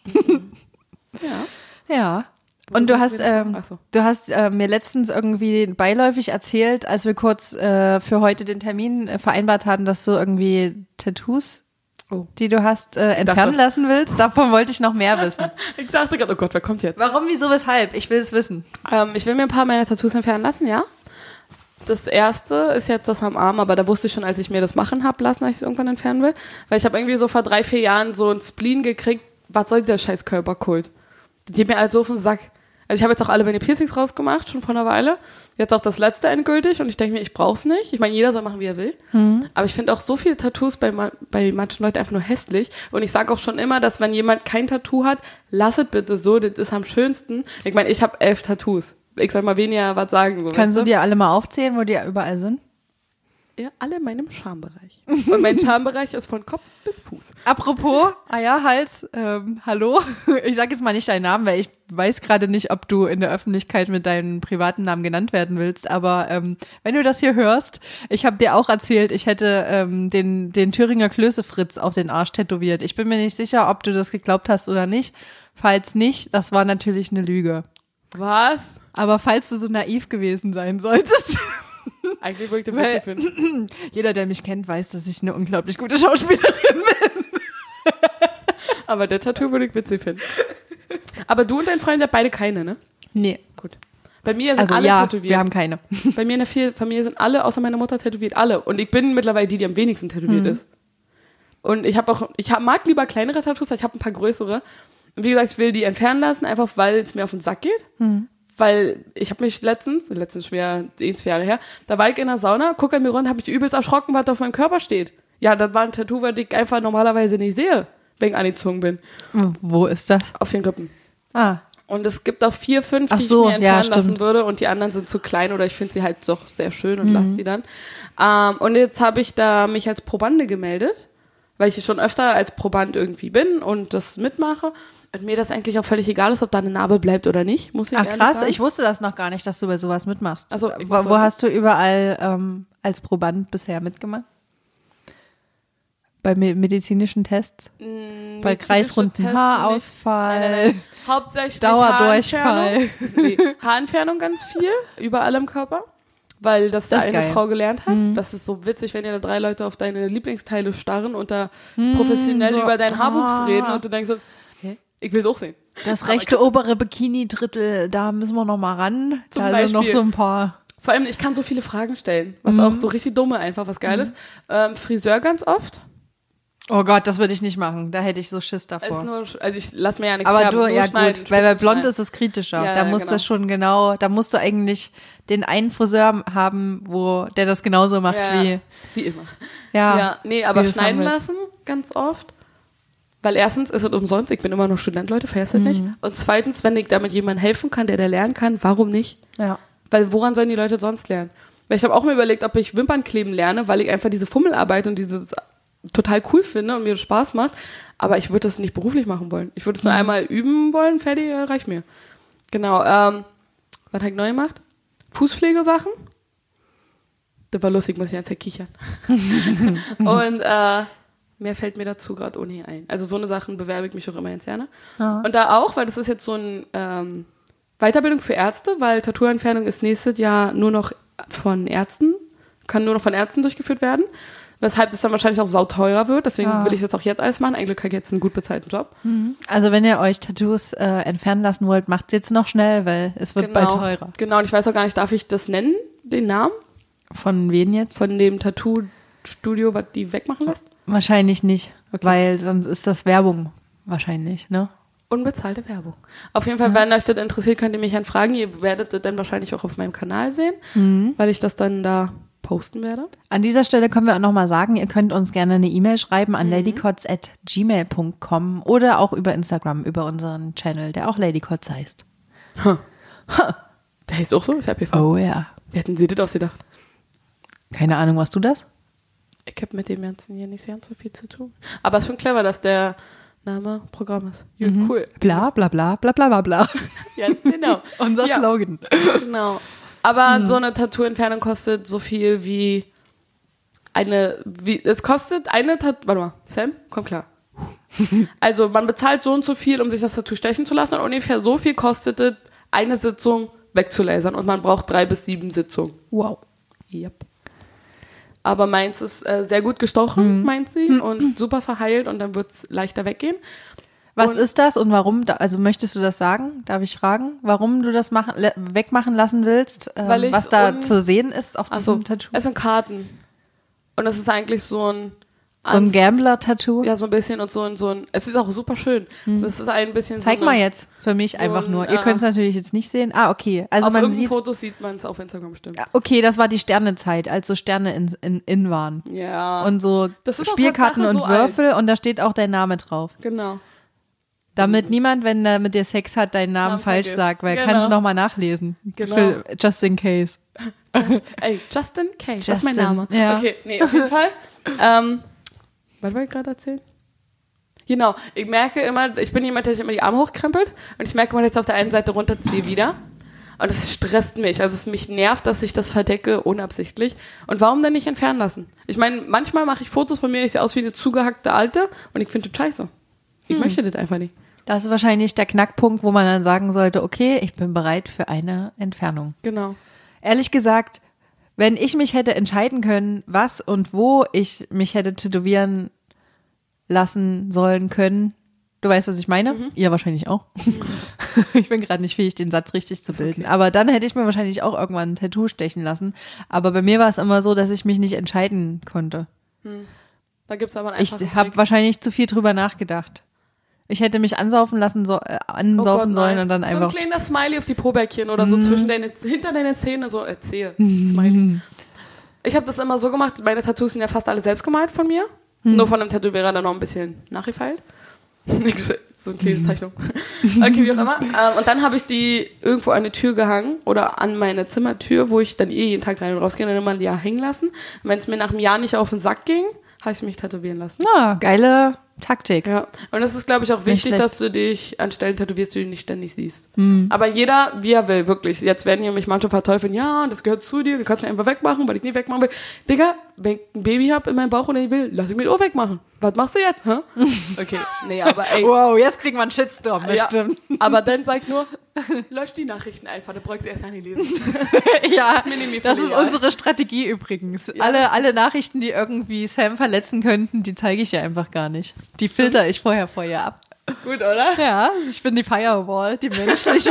Ja. Ja. Und du hast mir letztens irgendwie beiläufig erzählt, als wir kurz für heute den Termin vereinbart hatten, dass du irgendwie Tattoos, die du hast, entfernen lassen willst. Davon wollte ich noch mehr wissen. Ich dachte gerade, oh Gott, wer kommt jetzt? Warum, wieso, weshalb? Ich will es wissen. Ich will mir ein paar meiner Tattoos entfernen lassen, ja. Das erste ist jetzt das am Arm, aber da wusste ich schon, als ich mir das machen habe lassen, dass ich es irgendwann entfernen will. Weil ich habe irgendwie so vor 3-4 Jahren so ein Spleen gekriegt, was soll dieser scheiß Körperkult? Die geht mir alles so auf den Sack. Also ich habe jetzt auch alle meine Piercings rausgemacht, schon vor einer Weile. Jetzt auch das letzte endgültig und ich denke mir, ich brauch's nicht. Ich meine, jeder soll machen, wie er will. Aber ich finde auch so viele Tattoos bei manchen Leuten einfach nur hässlich. Und ich sage auch schon immer, dass wenn jemand kein Tattoo hat, lass es bitte so, das ist am schönsten. Ich meine, ich habe 11 Tattoos. Ich soll mal weniger was sagen. So, kannst du dir alle mal aufzählen, wo die überall sind? Ja, alle in meinem Schambereich. Und mein Schambereich ist von Kopf bis Fuß. Apropos Eierhals, hallo. Ich sage jetzt mal nicht deinen Namen, weil ich weiß gerade nicht, ob du in der Öffentlichkeit mit deinem privaten Namen genannt werden willst. Aber wenn du das hier hörst, ich habe dir auch erzählt, ich hätte den Thüringer Klöße-Fritz auf den Arsch tätowiert. Ich bin mir nicht sicher, ob du das geglaubt hast oder nicht. Falls nicht, das war natürlich eine Lüge. Was? Aber falls du so naiv gewesen sein solltest... Eigentlich wollte ich witzig finden. Jeder, der mich kennt, weiß, dass ich eine unglaublich gute Schauspielerin bin. Aber der Tattoo würde ich witzig finden. Aber du und dein Freund habt beide keine, ne? Nee. Gut. Bei mir sind alle tätowiert. Wir haben keine. Bei mir in der Familie sind alle, außer meiner Mutter, tätowiert. Alle. Und ich bin mittlerweile die am wenigsten tätowiert ist. Und ich mag lieber kleinere Tattoos, ich habe ein paar größere. Und wie gesagt, ich will die entfernen lassen, einfach weil es mir auf den Sack geht. Weil ich habe mich letztens schwer, 1 Jahre her, da war ich in der Sauna, gucke an mir runter, habe mich übelst erschrocken, was da auf meinem Körper steht. Ja, das war ein Tattoo, was ich einfach normalerweise nicht sehe, wenn ich angezogen bin. Wo ist das? Auf den Rippen. Ah. Und es gibt auch 4, 5, die ich mir entfernen lassen würde und die anderen sind zu klein oder ich finde sie halt doch sehr schön und lasse sie dann. Und jetzt habe ich da mich als Probande gemeldet, weil ich schon öfter als Proband irgendwie bin und das mitmache. Und mir das eigentlich auch völlig egal ist, ob da eine Narbe bleibt oder nicht, muss ich ehrlich krass, sagen. ich wusste das noch gar nicht, dass du bei sowas mitmachst. Also, wo hast du überall als Proband bisher mitgemacht? Bei medizinischen Tests? Bei kreisrunden Haarausfall. Nein. Hauptsächlich Dauerdurchfall. Haarentfernung ganz viel, überall im Körper. Weil das eine geil. Frau gelernt hat. Das ist so witzig, wenn dir da 3 Leute auf deine Lieblingsteile starren und da professionell so, über deinen Haarwuchs reden und du denkst so, hä? Ich will es auch sehen. Das rechte obere Bikini-Drittel, da müssen wir noch mal ran. Zum da sind noch so ein paar. Vor allem, ich kann so viele Fragen stellen, was auch so richtig dumme einfach, was geil ist. Friseur ganz oft. Oh Gott, das würde ich nicht machen. Da hätte ich so Schiss davor. Also ich lass mir ja nichts aber färben, du, ja schneiden, gut, weil bei blond ist es kritischer. Ja, da musst du schon genau, da musst du eigentlich den einen Friseur haben, der das genauso macht wie immer. Ja, nee, aber wie schneiden lassen ganz oft. Weil erstens ist es umsonst, ich bin immer noch Student, Leute, vergesst das nicht. Und zweitens, wenn ich damit jemandem helfen kann, der lernen kann, warum nicht? Ja. Weil woran sollen die Leute sonst lernen? Weil ich habe auch mir überlegt, ob ich Wimpernkleben lerne, weil ich einfach diese Fummelarbeit und dieses total cool finde und mir das Spaß macht. Aber ich würde das nicht beruflich machen wollen. Ich würde es nur einmal üben wollen, fertig, reicht mir. Genau. Was habe ich neu gemacht? Fußpflegesachen. Das war lustig, muss ich jetzt kichern. Und mehr fällt mir dazu gerade ohne ein. Also so eine Sachen bewerbe ich mich auch immer ins Gerne. Ja. Und da auch, weil das ist jetzt so ein Weiterbildung für Ärzte, weil Tattoo-Entfernung ist nächstes Jahr nur noch von Ärzten, kann nur noch von Ärzten durchgeführt werden. Weshalb das dann wahrscheinlich auch sauteurer wird. Deswegen will ich das auch jetzt alles machen. Eigentlich habe ich jetzt einen gut bezahlten Job. Also wenn ihr euch Tattoos entfernen lassen wollt, macht es jetzt noch schnell, weil es wird bald teurer. Genau, und ich weiß auch gar nicht, darf ich das nennen, den Namen? Von wem jetzt? Von dem Tattoo-Studio, was die wegmachen lässt? Wahrscheinlich nicht, weil sonst ist das Werbung wahrscheinlich, ne? Unbezahlte Werbung. Auf jeden Fall, wenn euch das interessiert, könnt ihr mich anfragen. Ihr werdet das dann wahrscheinlich auch auf meinem Kanal sehen, weil ich das dann da posten werde. An dieser Stelle können wir auch nochmal sagen, ihr könnt uns gerne eine E-Mail schreiben an ladycots@gmail.com oder auch über Instagram, über unseren Channel, der auch Ladycots heißt. Der heißt auch so? Ist ja PV. Oh ja. Wie hätten Sie das ausgedacht? Keine Ahnung, warst du das? Ich habe mit dem Ganzen hier nicht ganz so viel zu tun. Aber es ist schon clever, dass der Name Programm ist. Gut, cool. Bla bla bla bla bla bla bla. Ja, genau. Unser Slogan. Genau. Aber so eine Tattoo-Entfernung kostet so viel wie es kostet eine Tattoo, warte mal, Sam, komm klar. Also man bezahlt so und so viel, um sich das Tattoo stechen zu lassen und ungefähr so viel kostet es, eine Sitzung wegzulasern und man braucht 3 bis 7 Sitzungen. Wow. Yep. Aber meins ist sehr gut gestochen, meint sie, und super verheilt und dann wird es leichter weggehen. Was ist das und warum? Also möchtest du das sagen? Darf ich fragen, warum du das wegmachen lassen willst? Was da zu sehen ist auf diesem Tattoo? Es sind Karten. Und das ist eigentlich so ein Gambler-Tattoo? Ja, so ein bisschen und so ein. Es ist auch super schön. Das ist ein bisschen. Zeig mal jetzt für mich einfach nur. Ihr könnt es natürlich jetzt nicht sehen. Ah, okay. Also auf man sieht. Fotos sieht man es auf Instagram bestimmt. Okay, das war die Sternezeit, als so Sterne in waren. Ja. Und so Spielkarten und so Würfel und da steht auch dein Name drauf. Genau. Damit niemand, wenn er mit dir Sex hat, deinen Namen falsch sagt, weil er kann es nochmal nachlesen. Genau. Just in case. Just in case. Das ist mein Name. Ja. Okay, nee, auf jeden Fall. Was wollte ich gerade erzählen? Genau, ich merke immer, ich bin jemand, der sich immer die Arme hochkrempelt und ich merke immer, dass ich auf der einen Seite runterziehe wieder. Und es stresst mich. Also es mich nervt, dass ich das verdecke, unabsichtlich. Und warum denn nicht entfernen lassen? Ich meine, manchmal mache ich Fotos von mir, ich sehe aus wie eine zugehackte Alte und ich finde das scheiße. Ich möchte das einfach nicht. Das ist wahrscheinlich der Knackpunkt, wo man dann sagen sollte, okay, ich bin bereit für eine Entfernung. Genau. Ehrlich gesagt, wenn ich mich hätte entscheiden können, was und wo ich mich hätte tätowieren lassen sollen können, du weißt, was ich meine? Ihr wahrscheinlich auch. Ich bin gerade nicht fähig, den Satz richtig zu bilden. Okay. Aber dann hätte ich mir wahrscheinlich auch irgendwann ein Tattoo stechen lassen. Aber bei mir war es immer so, dass ich mich nicht entscheiden konnte. Da gibt's aber einen Ich habe wahrscheinlich zu viel drüber nachgedacht. Ich hätte mich ansaufen lassen sollen und dann einfach. So ein kleiner Smiley auf die Pobäckchen oder so hinter deine Zähne so Smiley. Ich habe das immer so gemacht, meine Tattoos sind ja fast alle selbst gemalt von mir. Nur von einem Tätowierer dann noch ein bisschen nachgefeilt. So eine kleine Zeichnung. Okay, wie auch immer. Und dann habe ich die irgendwo an die Tür gehangen oder an meine Zimmertür, wo ich dann jeden Tag rein und rausgehe und dann immer ein Jahr hängen lassen. Und wenn es mir nach einem Jahr nicht auf den Sack ging, habe ich mich tätowieren lassen. Ja, geile Taktik. Ja, und es ist, glaube ich, auch wichtig, dass du dich an Stellen tätowierst, die du nicht ständig siehst. Aber jeder, wie er will, wirklich. Jetzt werden hier mich manche verteufeln, ja, das gehört zu dir, du kannst mich einfach wegmachen, weil ich nie wegmachen will. Digga, wenn ich ein Baby habe in meinem Bauch und ich will, lass ich mich auch wegmachen. was machst du jetzt? Hä? Okay, nee, aber ey. Wow, jetzt kriegen wir einen Shitstorm, bestimmt. Ja, aber dann sag nur, lösch die Nachrichten einfach, da brauchst du erst nicht lesen. Ja, das ist unsere Strategie übrigens. Ja. Alle Nachrichten, die irgendwie Sam verletzen könnten, die zeige ich ja einfach gar nicht. Die filter ich vorher ab. Gut, oder? Ja, ich bin die Firewall, die menschliche.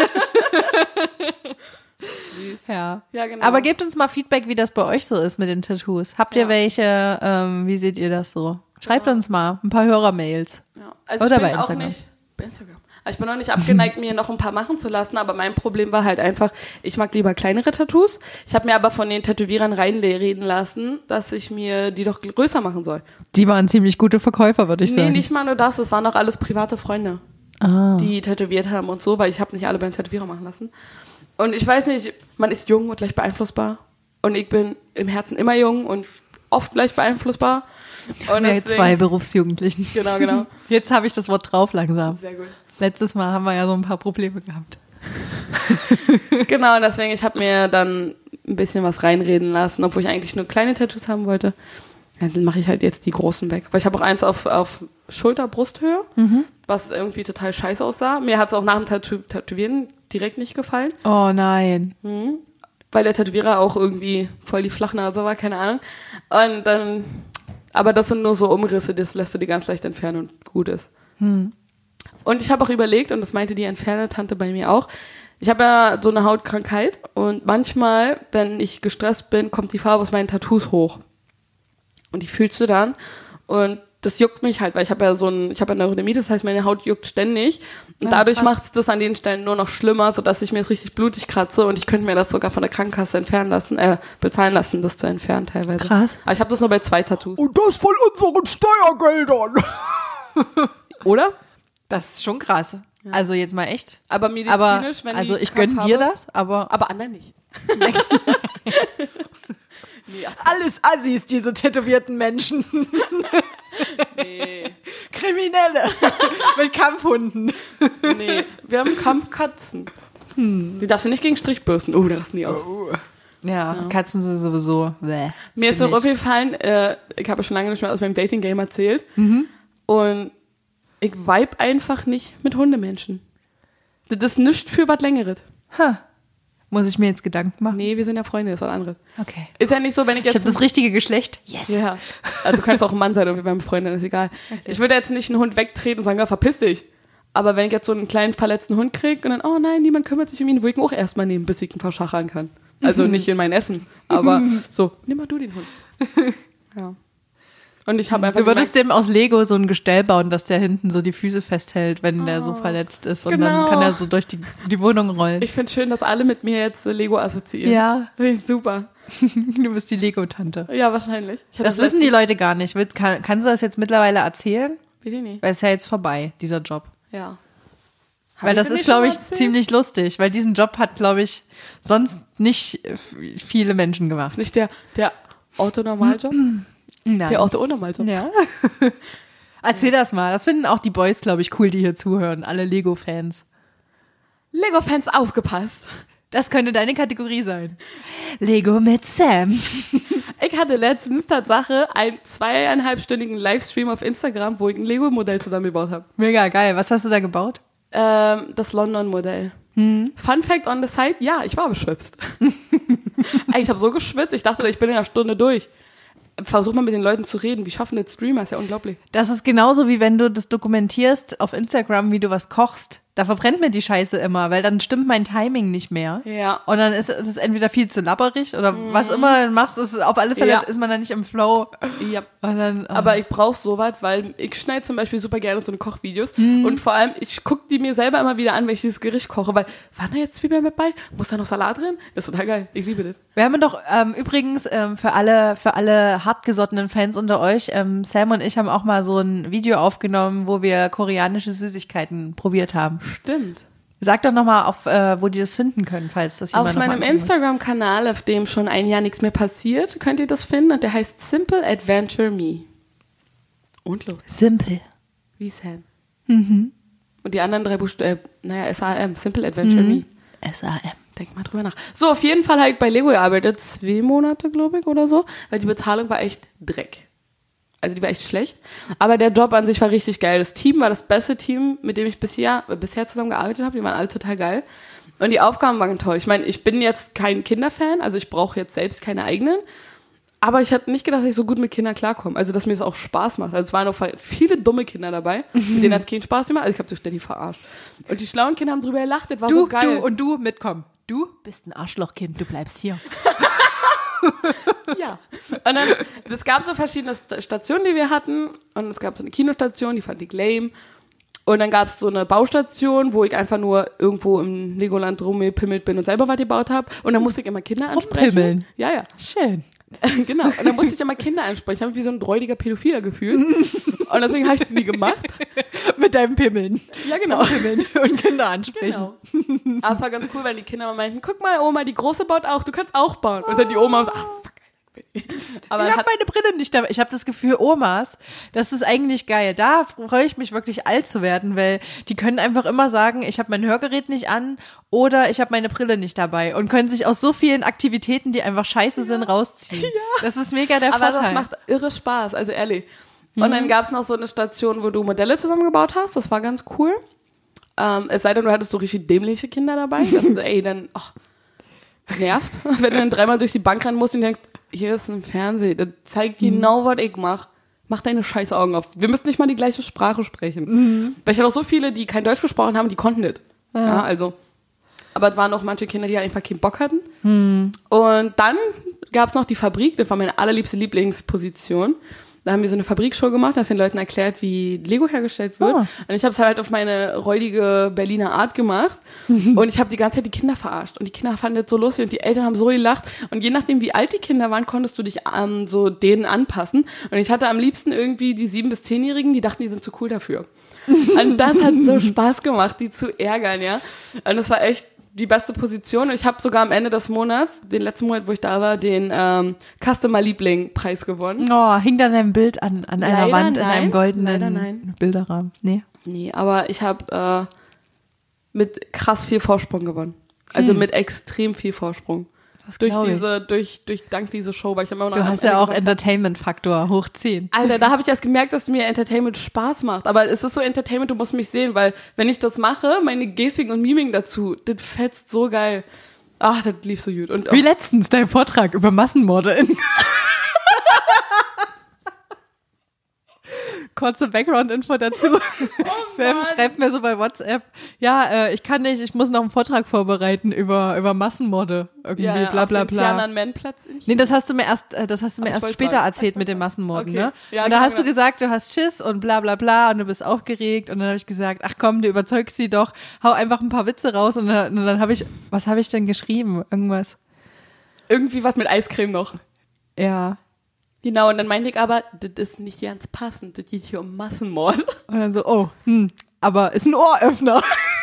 Ja. Ja, genau. Aber gebt uns mal Feedback, wie das bei euch so ist mit den Tattoos. Habt ihr welche? Wie seht ihr das so? Schreibt uns mal ein paar Hörermails. Ja. Also oder bei Instagram. Ich bin auch nicht abgeneigt, mir noch ein paar machen zu lassen, aber mein Problem war halt einfach, ich mag lieber kleinere Tattoos. Ich habe mir aber von den Tätowierern reinreden lassen, dass ich mir die doch größer machen soll. Die waren ziemlich gute Verkäufer, würde ich sagen. Nee, nicht mal nur das, es waren auch alles private Freunde, die tätowiert haben und so, weil ich habe nicht alle beim Tätowierer machen lassen. Und ich weiß nicht, man ist jung und leicht beeinflussbar und ich bin im Herzen immer jung und oft leicht beeinflussbar. Und deswegen, 2 Berufsjugendlichen. Genau. Jetzt habe ich das Wort drauf langsam. Sehr gut. Letztes Mal haben wir ja so ein paar Probleme gehabt. Genau, deswegen, ich habe mir dann ein bisschen was reinreden lassen, obwohl ich eigentlich nur kleine Tattoos haben wollte. Ja, dann mache ich halt jetzt die großen weg. Weil ich habe auch eins auf Schulter-Brusthöhe, was irgendwie total scheiße aussah. Mir hat es auch nach dem Tätowieren direkt nicht gefallen. Oh nein. Weil der Tätowierer auch irgendwie voll die Flachnase war, keine Ahnung. Und dann, aber das sind nur so Umrisse, das lässt du die ganz leicht entfernen und gut ist. Und ich habe auch überlegt, und das meinte die Entferner-Tante bei mir auch, ich habe ja so eine Hautkrankheit und manchmal, wenn ich gestresst bin, kommt die Farbe aus meinen Tattoos hoch. Und die fühlst du dann und das juckt mich halt, weil ich habe ja Neurodermitis, das heißt, meine Haut juckt ständig und dadurch macht es das an den Stellen nur noch schlimmer, sodass ich mir jetzt richtig blutig kratze und ich könnte mir das sogar von der Krankenkasse bezahlen lassen, das zu entfernen teilweise. Krass. Aber ich habe das nur bei 2 Tattoos. Und das von unseren Steuergeldern. Oder? Das ist schon krass. Ja. Also jetzt mal echt. Aber medizinisch, wenn also ich gönne dir das, aber anderen nicht. Nee, alles Assis, diese tätowierten Menschen. Nee. Kriminelle. Mit Kampfhunden. Nee, wir haben Kampfkatzen. Die darfst du nicht gegen Strichbürsten. Da rasten die aus. Ja, Katzen sind sowieso. Mir ist so aufgefallen, ich habe schon lange nicht mehr aus meinem Dating-Game erzählt. Und ich vibe einfach nicht mit Hundemenschen. Das ist nichts für was Längeres. Muss ich mir jetzt Gedanken machen? Nee, wir sind ja Freunde, das ist was anderes. Okay. Ist ja nicht so, wenn ich jetzt... Ich habe das richtige Geschlecht. Yes. Ja. Also du kannst auch ein Mann sein, irgendwie beim Freund, dann ist egal. Okay. Ich würde jetzt nicht einen Hund wegtreten und sagen, ja, verpiss dich. Aber wenn ich jetzt so einen kleinen verletzten Hund kriege und dann, oh nein, niemand kümmert sich um ihn, wo ich ihn auch erstmal nehmen, bis ich ihn verschachern kann. Also nicht in mein Essen, aber so, nimm mal du den Hund. Ja. Und ich habe einfach du würdest dem aus Lego so ein Gestell bauen, dass der hinten so die Füße festhält, wenn der so verletzt ist. Und dann kann er so durch die Wohnung rollen. Ich finde schön, dass alle mit mir jetzt Lego assoziieren. Ja. Finde ich super. Du bist die Lego-Tante. Ja, wahrscheinlich. Das wissen die Leute gar nicht. Kannst du das jetzt mittlerweile erzählen? Bitte nicht. Weil es ist ja jetzt vorbei, dieser Job. Ja. Weil das ist, glaube ich, ziemlich lustig. Weil diesen Job hat, glaube ich, sonst nicht viele Menschen gemacht. Ist nicht der Autonormaljob? Nein. Der Auto-Unnormaljob. Ja. Erzähl das mal. Das finden auch die Boys, glaube ich, cool, die hier zuhören. Alle Lego-Fans. Lego-Fans, aufgepasst. Das könnte deine Kategorie sein. Lego mit Sam. Ich hatte letztens Tatsache einen 2,5-stündigen Livestream auf Instagram, wo ich ein Lego-Modell zusammengebaut habe. Mega geil. Was hast du da gebaut? Das London-Modell. Fun Fact on the side, ja, ich war beschwipst. Ich habe so geschwitzt, ich dachte, ich bin in einer Stunde durch. Versuch mal mit den Leuten zu reden. Wie schaffen das Streamer? Ist ja unglaublich. Das ist genauso, wie wenn du das dokumentierst auf Instagram, wie du was kochst. Da verbrennt mir die Scheiße immer, weil dann stimmt mein Timing nicht mehr. Ja. Und dann ist es entweder viel zu labberig oder was immer du machst, ist auf alle Fälle ist man dann nicht im Flow. Ja. Und dann, aber ich brauche sowas, weil ich schneide zum Beispiel super gerne so eine Kochvideos und vor allem, ich gucke die mir selber immer wieder an, wenn ich dieses Gericht koche, weil, waren da jetzt Zwiebeln mit bei? Muss da noch Salat drin? Das ist total geil. Ich liebe das. Wir haben doch übrigens für alle hartgesottenen Fans unter euch, Sam und ich haben auch mal so ein Video aufgenommen, wo wir koreanische Süßigkeiten probiert haben. Stimmt. Sag doch nochmal, wo die das finden können, falls das jemand auf meinem Instagram-Kanal, auf dem schon ein Jahr nichts mehr passiert, könnt ihr das finden und der heißt Simple Adventure Me. Und los. Simple. Wie Sam. Und die anderen 3 Buchstaben, SAM, Simple Adventure Me. SAM. Denk mal drüber nach. So, auf jeden Fall habe ich bei Lego gearbeitet, 2 Monate, glaube ich, oder so, weil die Bezahlung war echt Dreck. Also die war echt schlecht. Aber der Job an sich war richtig geil. Das Team war das beste Team, mit dem ich bisher zusammengearbeitet habe. Die waren alle total geil. Und die Aufgaben waren toll. Ich meine, ich bin jetzt kein Kinderfan, also ich brauche jetzt selbst keine eigenen. Aber ich hatte nicht gedacht, dass ich so gut mit Kindern klarkomme. Also, dass mir das auch Spaß macht. Also, es waren auch viele dumme Kinder dabei, mit denen hat es keinen Spaß gemacht. Also, ich habe so ständig verarscht. Und die schlauen Kinder haben drüber gelacht, das war so geil. Du mitkommen. Du bist ein Arschlochkind, du bleibst hier. Ja. Und dann, es gab so verschiedene Stationen, die wir hatten. Und es gab so eine Kinostation, die fand ich lame. Und dann gab es so eine Baustation, wo ich einfach nur irgendwo im Legoland rumgepimmelt bin und selber was gebaut habe. Und dann musste ich immer Kinder ansprechen. Rumpimmeln. Ja. Schön. Genau. Und dann musste ich immer Kinder ansprechen. Ich habe mich wie so ein räudiger Pädophiler gefühlt. Und deswegen habe ich es nie gemacht. Mit deinem Pimmeln. Ja, genau. Pimmeln und Kinder ansprechen. Genau. Aber es war ganz cool, weil die Kinder immer meinten, guck mal, Oma, die Große baut auch, du kannst auch bauen. Und dann die Oma so, fuck. Aber ich habe meine Brille nicht dabei. Ich habe das Gefühl, Omas, das ist eigentlich geil. Da freue ich mich wirklich alt zu werden, weil die können einfach immer sagen, ich habe mein Hörgerät nicht an oder ich habe meine Brille nicht dabei und können sich aus so vielen Aktivitäten, die einfach scheiße sind, rausziehen. Ja. Das ist mega der Vorteil. Aber das macht irre Spaß, also ehrlich. Und dann gab es noch so eine Station, wo du Modelle zusammengebaut hast. Das war ganz cool. Es sei denn, du hattest so richtig dämliche Kinder dabei. Das ist, dann nervt, wenn du dann dreimal durch die Bank rennen musst und denkst, hier ist ein Fernseher, das zeigt genau, was ich mache. Mach deine scheiß Augen auf. Wir müssen nicht mal die gleiche Sprache sprechen. Weil ich hatte auch so viele, die kein Deutsch gesprochen haben, die konnten das. Ja, also. Aber es waren auch manche Kinder, die halt einfach keinen Bock hatten. Und dann gab es noch die Fabrik, das war meine allerliebste Lieblingsposition. Da haben wir so eine Fabrikshow gemacht, da hast den Leuten erklärt, wie Lego hergestellt wird. Und ich habe es halt auf meine räudige Berliner Art gemacht. Und ich habe die ganze Zeit die Kinder verarscht. Und die Kinder fanden das so lustig und die Eltern haben so gelacht. Und je nachdem, wie alt die Kinder waren, konntest du dich so denen anpassen. Und ich hatte am liebsten irgendwie die 7- bis 10-Jährigen, die dachten, die sind zu cool dafür. Und das hat so Spaß gemacht, die zu ärgern, ja. Und das war echt die beste Position. Und ich habe sogar am Ende des Monats, den letzten Monat, wo ich da war, den Customer-Liebling-Preis gewonnen. Oh, hing da dein Bild an einer Leider Wand nein. in einem goldenen Leider nein. Bilderrahmen? Nee, aber ich habe mit krass viel Vorsprung gewonnen. Also mit extrem viel Vorsprung. Das Dank dieser Show, weil ich immer noch Du hast ja auch Entertainment-Faktor hoch 10. Alter, da habe ich erst gemerkt, dass mir Entertainment Spaß macht. Aber es ist so Entertainment, du musst mich sehen, weil wenn ich das mache, meine Gestik und Mimik dazu, das fetzt so geil. Ach, das lief so gut. Und Wie letztens dein Vortrag über Massenmorde in Kurze Background-Info dazu. Sam schreibt mir so bei WhatsApp, ja, ich kann nicht, ich muss noch einen Vortrag vorbereiten über Massenmorde. Irgendwie, bla bla bla. Nee, das hast du mir erst später erzählt mit den Massenmorden, okay. Ne? Ja, und da hast du gesagt, du hast Schiss und bla bla bla und du bist aufgeregt und dann habe ich gesagt, ach komm, du überzeugst sie doch, hau einfach ein paar Witze raus und dann habe ich, was habe ich denn geschrieben? Irgendwas. Irgendwie was mit Eiscreme noch. Ja. Genau, und dann meinte ich aber, das ist nicht ganz passend, das geht hier um Massenmord. Und dann so, aber ist ein Ohröffner.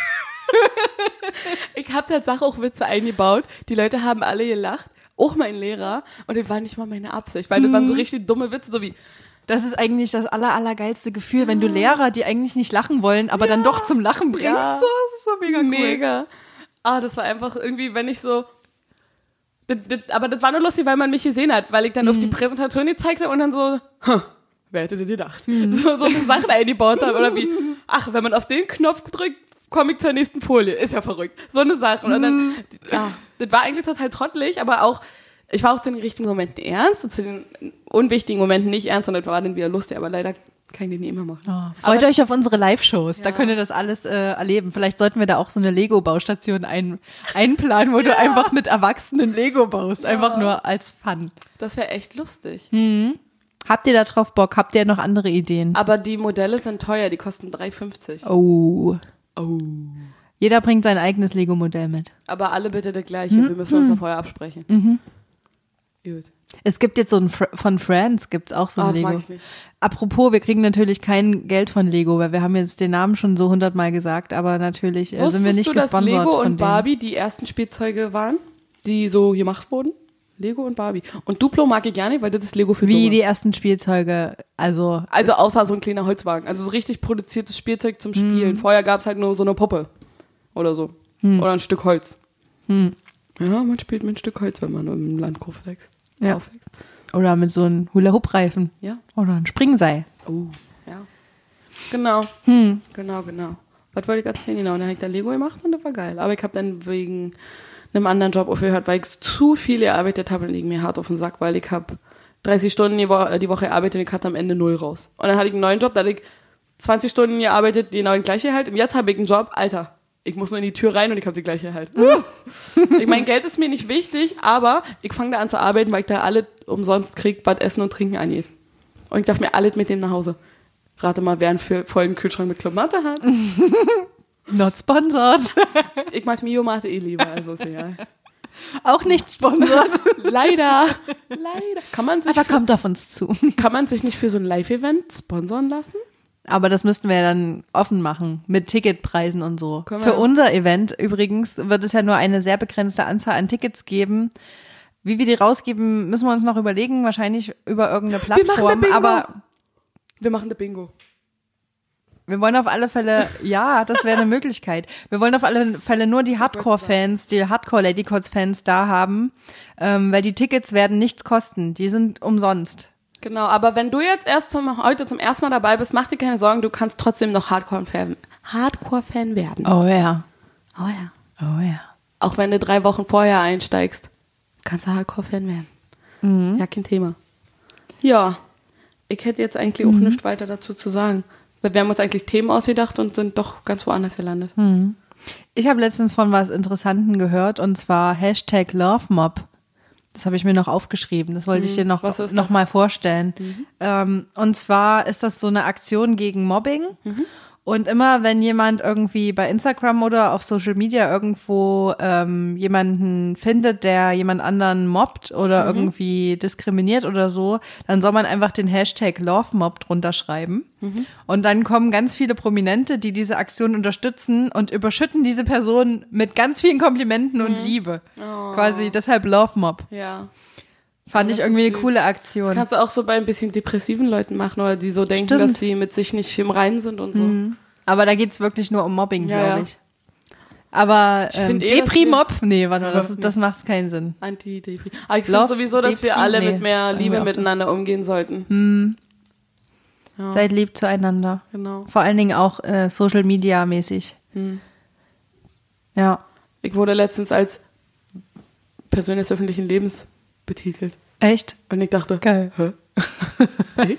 Ich habe Tatsache auch Witze eingebaut, die Leute haben alle gelacht, auch mein Lehrer, und das war nicht mal meine Absicht, weil das waren so richtig dumme Witze, so wie, das ist eigentlich das allergeilste Gefühl, wenn du Lehrer, die eigentlich nicht lachen wollen, aber dann doch zum Lachen bringst. Ja. So, das ist so mega cool. Mega. Das war einfach irgendwie, wenn ich so, aber das war nur lustig, weil man mich gesehen hat, weil ich dann auf die Präsentation gezeigt habe und dann so, wer hätte dir gedacht? So eine Sachen eingebaut habe oder wie, ach, wenn man auf den Knopf drückt, komme ich zur nächsten Folie. Ist ja verrückt. So eine Sache. Und dann, das war eigentlich total trottelig, aber auch, ich war auch zu den richtigen Momenten ernst und zu den unwichtigen Momenten nicht ernst und das war dann wieder lustig, aber leider kann ich den nicht immer machen. Oh, freut euch auf unsere Live-Shows, da könnt ihr das alles erleben. Vielleicht sollten wir da auch so eine Lego-Baustation einplanen, wo du einfach mit Erwachsenen Lego baust, einfach nur als Fun. Das wäre echt lustig. Habt ihr da drauf Bock? Habt ihr noch andere Ideen? Aber die Modelle sind teuer, die kosten 3,50. Oh. Jeder bringt sein eigenes Lego-Modell mit. Aber alle bitte das gleiche, wir müssen uns da vorher absprechen. Gut. Es gibt jetzt so von Friends gibt's auch so ein Lego. Das mag ich nicht. Apropos, wir kriegen natürlich kein Geld von Lego, weil wir haben jetzt den Namen schon so 100-mal gesagt, aber natürlich sind wir nicht gesponsert von denen. Wusstest du, dass Lego und Barbie die ersten Spielzeuge waren, die so gemacht wurden? Lego und Barbie. Und Duplo mag ich gerne, weil das ist Lego für Dumme. Wie die ersten Spielzeuge, also außer so ein kleiner Holzwagen. Also so richtig produziertes Spielzeug zum Spielen. Vorher gab's halt nur so eine Puppe oder so. Oder ein Stück Holz. Ja, man spielt mit ein Stück Holz, wenn man im Land aufwächst. Ja. Oder mit so einem Hula-Hoop-Reifen. Ja. Oder ein Springseil. Oh, ja. Genau. Genau. Was wollte ich erzählen? Genau, dann habe ich da Lego gemacht und das war geil. Aber ich habe dann wegen einem anderen Job aufgehört, weil ich zu viel gearbeitet habe und liegt mir hart auf den Sack, weil ich habe 30 Stunden die Woche gearbeitet und ich hatte am Ende 0 raus. Und dann hatte ich einen neuen Job, da hatte ich 20 Stunden gearbeitet, genau den gleichen Gehalt. Und jetzt habe ich einen Job, Alter, ich muss nur in die Tür rein und ich habe die gleiche Gehalt. Ich mein, Geld ist mir nicht wichtig, aber ich fange da an zu arbeiten, weil ich da alles umsonst kriege, was Essen und Trinken angeht. Und ich darf mir alles mitnehmen nach Hause. Rate mal, wer einen vollen Kühlschrank mit Club-Mate hat. Not sponsored. Ich mag Mio-Mate lieber, also ist egal. Auch nicht sponsored. Leider. Aber kommt auf uns zu. Kann man sich nicht für so ein Live-Event sponsoren lassen? Aber das müssten wir ja dann offen machen, mit Ticketpreisen und so. Können wir- Für unser Event übrigens wird es ja nur eine sehr begrenzte Anzahl an Tickets geben. Wie wir die rausgeben, müssen wir uns noch überlegen, wahrscheinlich über irgendeine Plattform. Wir machen das Bingo. Wir wollen auf alle Fälle, ja, das wäre eine Möglichkeit. Wir wollen auf alle Fälle nur die Hardcore-Fans, die Hardcore-Ladycots-Fans da haben, weil die Tickets werden nichts kosten. Die sind umsonst. Genau, aber wenn du jetzt heute zum ersten Mal dabei bist, mach dir keine Sorgen, du kannst trotzdem noch Hardcore-Fan werden. Oh ja. Oh ja. Oh ja. Auch wenn du 3 Wochen vorher einsteigst, kannst du Hardcore-Fan werden. Ja, kein Thema. Ja, ich hätte jetzt eigentlich auch nichts weiter dazu zu sagen. Weil wir haben uns eigentlich Themen ausgedacht und sind doch ganz woanders gelandet. Ich habe letztens von was Interessanten gehört, und zwar #LoveMob. Das habe ich mir noch aufgeschrieben. Das wollte ich dir noch mal vorstellen. Und zwar ist das so eine Aktion gegen Mobbing. Und immer, wenn jemand irgendwie bei Instagram oder auf Social Media irgendwo jemanden findet, der jemand anderen mobbt oder irgendwie diskriminiert oder so, dann soll man einfach den #LoveMob drunter schreiben. Und dann kommen ganz viele Prominente, die diese Aktion unterstützen und überschütten diese Person mit ganz vielen Komplimenten und Liebe. Quasi deshalb LoveMob. Ja. Fand ich irgendwie eine coole Das Aktion. kannst du auch so bei ein bisschen depressiven Leuten machen, oder die so denken, Stimmt. dass sie mit sich nicht im Reinen sind und so. Aber da geht's wirklich nur um Mobbing, Ja, glaube ja. ich. Aber find dass Depri-Mob? Nee, warte mal, das macht keinen Sinn. Anti-Depri. Aber ich finde Love, sowieso, dass wir Depri? alle Nee, mit mehr sagen Liebe wir auch miteinander umgehen sollten. Ja. Seid lieb zueinander. Genau. Vor allen Dingen auch Social-Media-mäßig. Ja. Ich wurde letztens als Person des öffentlichen Lebens betitelt. Echt? Und ich dachte, Geil. hä? Hey?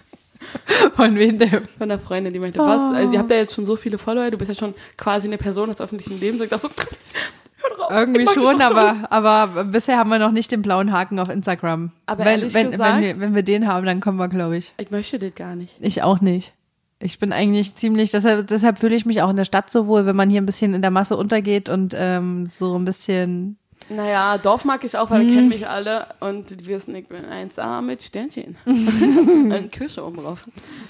Von wem denn? Von einer Freundin, die meinte, was? Also, ihr habt ja jetzt schon so viele Follower, du bist ja schon quasi eine Person des öffentlichen Lebens. Und ich dachte so, hör drauf. Irgendwie ich mag dich schon, doch aber bisher haben wir noch nicht den blauen Haken auf Instagram. Aber wenn, ehrlich wenn, gesagt- wenn wir den haben, dann kommen wir, glaube ich. Ich möchte das gar nicht. Ich auch nicht. Ich bin eigentlich ziemlich, deshalb fühle ich mich auch in der Stadt so wohl, wenn man hier ein bisschen in der Masse untergeht und so ein bisschen. Naja, Dorf mag ich auch, weil wir kennen mich alle und die wissen, ich bin 1A mit Sternchen. Eine Kirsche oben drauf.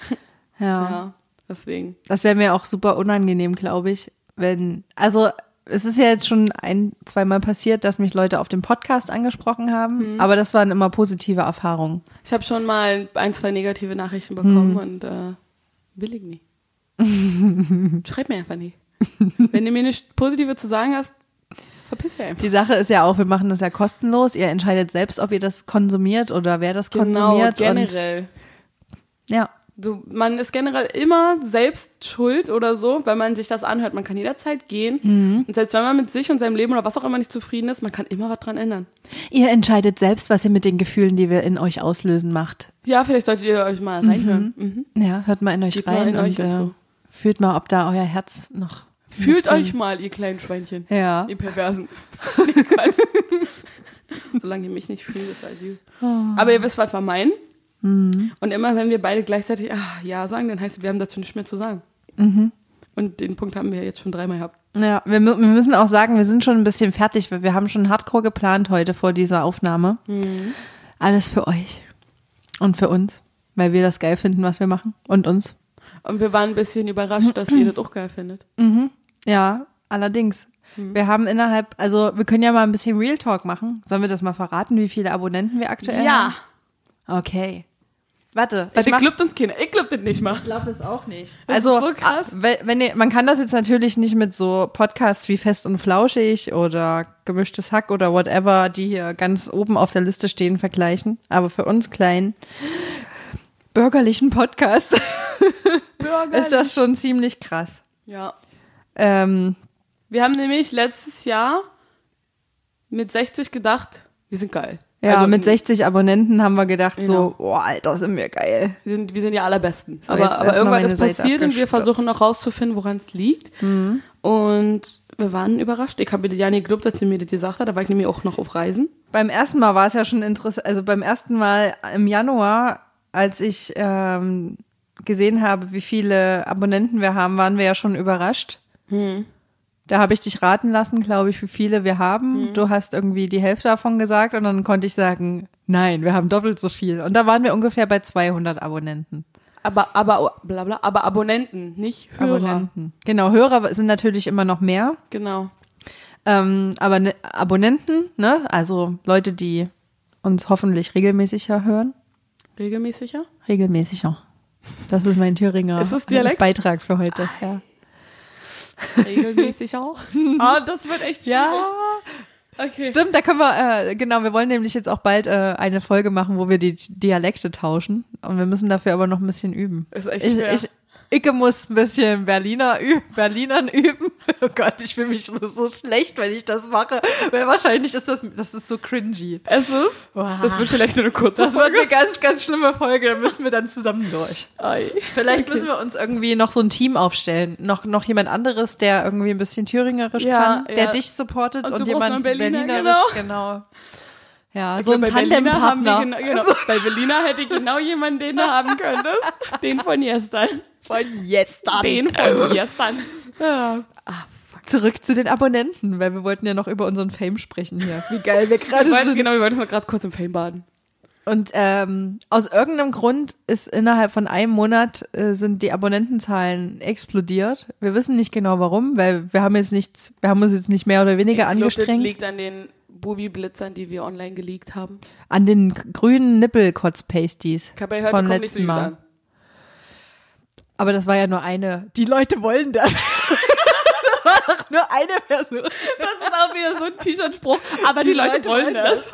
Ja, deswegen. Das wäre mir auch super unangenehm, glaube ich, also es ist ja jetzt schon 1-2 Mal passiert, dass mich Leute auf dem Podcast angesprochen haben, aber das waren immer positive Erfahrungen. Ich habe schon mal 1-2 negative Nachrichten bekommen und will ich nicht. Schreib mir einfach nicht. Wenn du mir nichts Positives zu sagen hast, verpiss dich einfach. Die Sache ist ja auch, wir machen das ja kostenlos. Ihr entscheidet selbst, ob ihr das konsumiert oder wer das konsumiert. Generell. Und, ja. Man ist generell immer selbst schuld oder so, wenn man sich das anhört. Man kann jederzeit gehen. Und selbst wenn man mit sich und seinem Leben oder was auch immer nicht zufrieden ist, man kann immer was dran ändern. Ihr entscheidet selbst, was ihr mit den Gefühlen, die wir in euch auslösen, macht. Ja, vielleicht solltet ihr euch mal reinhören. Ja, hört mal in euch Geht mal rein in euch und und so. fühlt mal, ob da euer Herz noch ein Fühlt bisschen- euch mal, ihr kleinen Schweinchen. Ja. Ihr Perversen. Nee, Quatsch. Solange ihr mich nicht fühlt, ist halt gut. Aber ihr wisst, was wir meinen. Und immer, wenn wir beide gleichzeitig ja sagen, dann heißt es, wir haben dazu nichts mehr zu sagen. Und den Punkt haben wir jetzt schon 3-mal gehabt. Ja, wir müssen auch sagen, wir sind schon ein bisschen fertig, weil wir haben schon hardcore geplant heute vor dieser Aufnahme. Alles für euch und für uns, weil wir das geil finden, was wir machen und uns. Und wir waren ein bisschen überrascht, dass ihr das auch geil findet. Ja, allerdings. Wir haben wir können ja mal ein bisschen Real Talk machen. Sollen wir das mal verraten, wie viele Abonnenten wir aktuell haben? Okay. Warte. Weil der glaubt uns keiner. Ich glaub das nicht mal. Ich glaube es auch nicht. Das Also, ist so krass. man kann das jetzt natürlich nicht mit so Podcasts wie Fest und Flauschig oder Gemischtes Hack oder whatever, die hier ganz oben auf der Liste stehen, vergleichen. Aber für uns kleinen bürgerlichen Podcast ist das schon ziemlich krass. Ja. Wir haben nämlich letztes Jahr mit 60 gedacht, wir sind geil. Ja, Also, mit 60 Abonnenten haben wir gedacht Genau. so, oh, Alter, sind wir geil. wir sind die allerbesten. So, jetzt aber erst mal irgendwann meine ist Seite passiert und wir abgestürzt. versuchen noch rauszufinden, woran es liegt. Und wir waren überrascht. Ich habe dir ja nicht geglaubt, als sie mir das gesagt hat. Da war ich nämlich auch noch auf Reisen. Beim ersten Mal war es ja schon interessant, also beim ersten Mal im Januar, als ich gesehen habe, wie viele Abonnenten wir haben, waren wir ja schon überrascht. Da habe ich dich raten lassen, glaube ich, wie viele wir haben. Du hast irgendwie die Hälfte davon gesagt und dann konnte ich sagen, nein, wir haben doppelt so viel. Und da waren wir ungefähr bei 200 Abonnenten. Aber Abonnenten, nicht Hörer. Abonnenten. Genau, Hörer sind natürlich immer noch mehr. Genau. Aber Abonnenten, ne? Also Leute, die uns hoffentlich regelmäßiger hören. Regelmäßiger? Regelmäßiger. Das ist mein Thüringer Ist das Dialekt? Beitrag für heute. Ja. Regelmäßig auch. Das wird echt schwierig. Ja. Okay. Stimmt, da können wir, genau, wir wollen nämlich jetzt auch bald eine Folge machen, wo wir die Dialekte tauschen. Und wir müssen dafür aber noch ein bisschen üben. Ist echt schwer. Ich muss ein bisschen Berlinern üben. Oh Gott, ich fühle mich so schlecht, wenn ich das mache. Weil wahrscheinlich ist das ist so cringy. Es ist? Wow. Das wird vielleicht nur eine kurze Das wird Folge. eine ganz, ganz schlimme Folge, da müssen wir dann zusammen durch. Ei. Vielleicht müssen wir uns irgendwie noch so ein Team aufstellen. Noch jemand anderes, der irgendwie ein bisschen thüringerisch Ja, kann, der ja. dich supportet Und und du brauchst jemand noch einen Berliner, berlinerisch, genau. Ja, Ich so ein glaub, bei Berliner haben wir Tandempartner. Bei Berliner hätte ich genau jemanden, den du haben könntest. Den von gestern. Von gestern. Den von gestern. Ja. Zurück zu den Abonnenten, weil wir wollten ja noch über unseren Fame sprechen hier. Wie geil wir gerade sind. Genau, wir wollten mal gerade kurz im Fame baden. Und aus irgendeinem Grund ist innerhalb von einem Monat sind die Abonnentenzahlen explodiert. Wir wissen nicht genau warum, weil wir haben uns jetzt nicht mehr oder weniger Ich glaub, angestrengt. Das liegt an den Bubi-Blitzern, die wir online geleakt haben. An den grünen Nippelkotz-Pasties Ich habe ja gehört, von die kommen nicht so letzten gut Mal. an. Aber das war ja nur eine. Die Leute wollen das. Das war doch nur eine Person. Das ist auch wieder so ein T-Shirt-Spruch. Aber die Leute wollen das.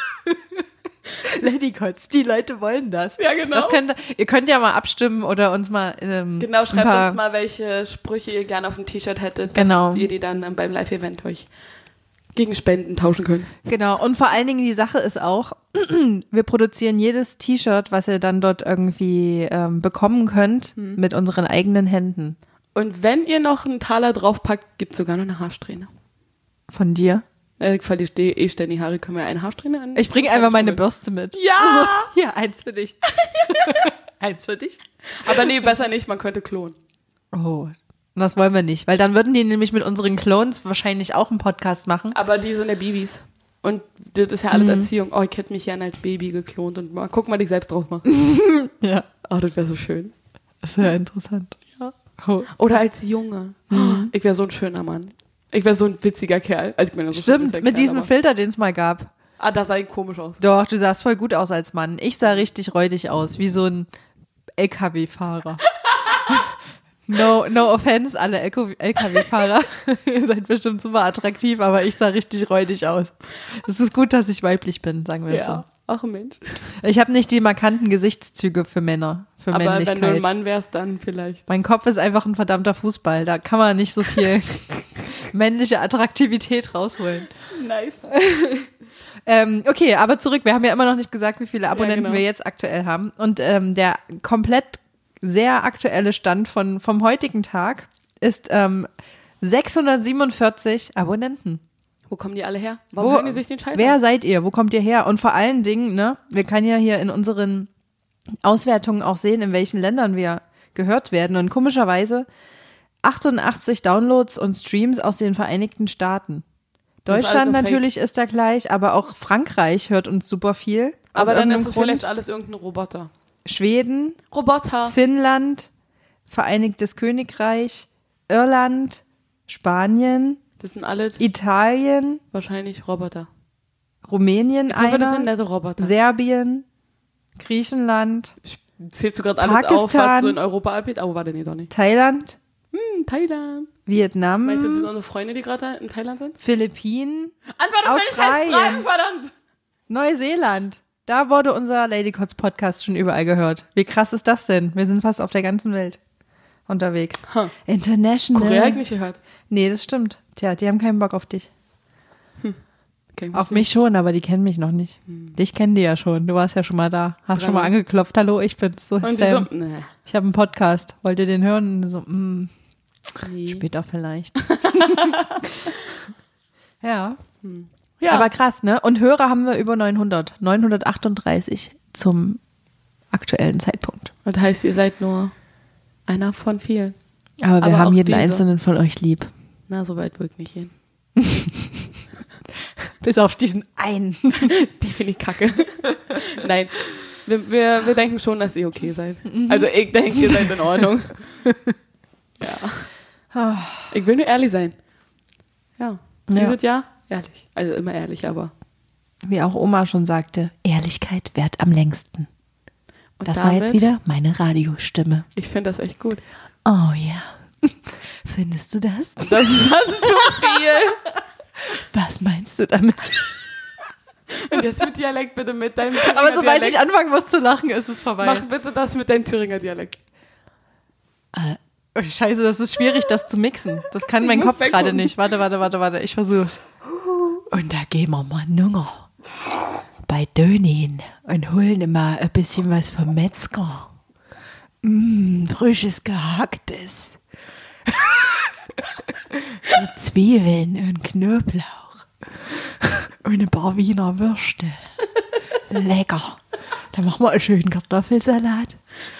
Ladykotz, die Leute wollen das. Ja, genau. Ihr könnt ja mal abstimmen oder uns mal Genau, schreibt uns mal, welche Sprüche ihr gerne auf dem T-Shirt hättet, dass Genau. ihr die dann beim Live-Event euch gegen Spenden tauschen könnt. Genau, und vor allen Dingen die Sache ist auch, wir produzieren jedes T-Shirt, was ihr dann dort irgendwie bekommen könnt, mit unseren eigenen Händen. Und wenn ihr noch einen Taler draufpackt, gibt es sogar noch eine Haarsträhne. Von dir? Ich verliere ständig Haare. Können wir eine Haarsträhne an? Ich bringe einfach meine Bürste mit. Ja! So, hier, eins für dich. Eins für dich? Aber nee, besser nicht. Man könnte klonen. Oh, das wollen wir nicht, weil dann würden die nämlich mit unseren Clones wahrscheinlich auch einen Podcast machen. Aber die sind ja Babys. Und das ist ja alles Erziehung. Oh, ich hätte mich gerne als Baby geklont und mal guck mal, die ich selbst draus mache. Ja, Oh, das wäre so schön. das wäre interessant. Ja. Oh. Oder als Junge. Ich wäre so ein schöner Mann. Ich wäre so ein witziger Kerl. Also ich bin ja so ein Stimmt, witziger mit Kerl, diesem aber- Filter, den es mal gab. Da sah ich komisch aus. Doch, du sahst voll gut aus als Mann. Ich sah richtig räudig aus, wie so ein LKW-Fahrer. No offense, alle LKW-Fahrer. Ihr seid bestimmt super attraktiv, aber ich sah richtig räudig aus. Es ist gut, dass ich weiblich bin, sagen wir Ja. Ach Mensch. so. Ich habe nicht die markanten Gesichtszüge für Männer, für Aber Männlichkeit. wenn du ein Mann wärst, dann vielleicht. Mein Kopf ist einfach ein verdammter Fußball. Da kann man nicht so viel männliche Attraktivität rausholen. Nice. Okay, aber zurück. Wir haben ja immer noch nicht gesagt, wie viele Abonnenten genau. wir jetzt aktuell haben. Und der komplett sehr aktuelle Stand vom heutigen Tag ist 647 Abonnenten. Wo kommen die alle her? Warum hören die sich den Scheiß Wer an? seid ihr? Wo kommt ihr her? Und vor allen Dingen, ne, wir können ja hier in unseren Auswertungen auch sehen, in welchen Ländern wir gehört werden. Und komischerweise 88 Downloads und Streams aus den Vereinigten Staaten. Das ist Deutschland alles nur natürlich ist da gleich, aber auch Frankreich hört uns super viel. Aber aus dann ist irgendeinem es Grund. vielleicht alles irgendein Roboter. Schweden, Roboter. Finnland, Vereinigtes Königreich, Irland, Spanien, Das sind alles Italien, wahrscheinlich Roboter. Rumänien Ich hoffe, das sind einer, nette Roboter. Serbien, Griechenland, Zählst du gerade alles auf, was so in Europa abgeht? Oh, warte, nee, doch nicht. Thailand. Thailand. Vietnam. Meinst du, das sind unsere Freunde, die gerade in Thailand sind? Philippinen. Antwort auf meine Scheißfragen, verdammt! Neuseeland. Da wurde unser Ladycots Podcast schon überall gehört. Wie krass ist das denn? Wir sind fast auf der ganzen Welt unterwegs. International. Korea hab ich nicht gehört. Nee, das stimmt. Tja, die haben keinen Bock auf dich. Okay, auf mich schon, aber die kennen mich noch nicht. Dich kennen die ja schon. Du warst ja schon mal da. Hast schon mal angeklopft. Hallo, ich bin's. So, und Sam. So, nee. Ich habe einen Podcast. Wollt ihr den hören? Und so, nee. Später vielleicht. Ja. Ja. Aber krass, ne? Und Hörer haben wir über 900. 938 zum aktuellen Zeitpunkt. Das heißt, ihr seid nur einer von vielen. Aber wir Aber haben auch jeden diese. einzelnen von euch lieb. Na, so weit will ich nicht hin. Bis auf diesen einen. Die finde ich kacke. Nein, wir denken schon, dass ihr okay seid. Also ich denke, ihr seid in Ordnung. Ja. Ich will nur ehrlich sein. Ja. Dieses Jahr ehrlich. Also immer ehrlich, aber. Wie auch Oma schon sagte, Ehrlichkeit währt am längsten. Und das war jetzt wieder meine Radiostimme. Ich finde das echt gut. Oh ja. Findest du das? Das ist so viel. Was meinst du damit? Und jetzt mit Dialekt bitte, mit deinem Aber sobald ich anfangen muss zu lachen, ist es vorbei. Mach bitte das mit deinem Thüringer Dialekt. Oh, Scheiße, das ist schwierig, das zu mixen. Das kann mein Kopf gerade nicht. Warte, ich versuch's. Und da gehen wir mal nur bei Dönin und holen immer ein bisschen was vom Metzger. Frisches Gehacktes. Mit Zwiebeln und Knoblauch. Und ein paar Wiener Würste. Lecker. Dann machen wir einen schönen Kartoffelsalat.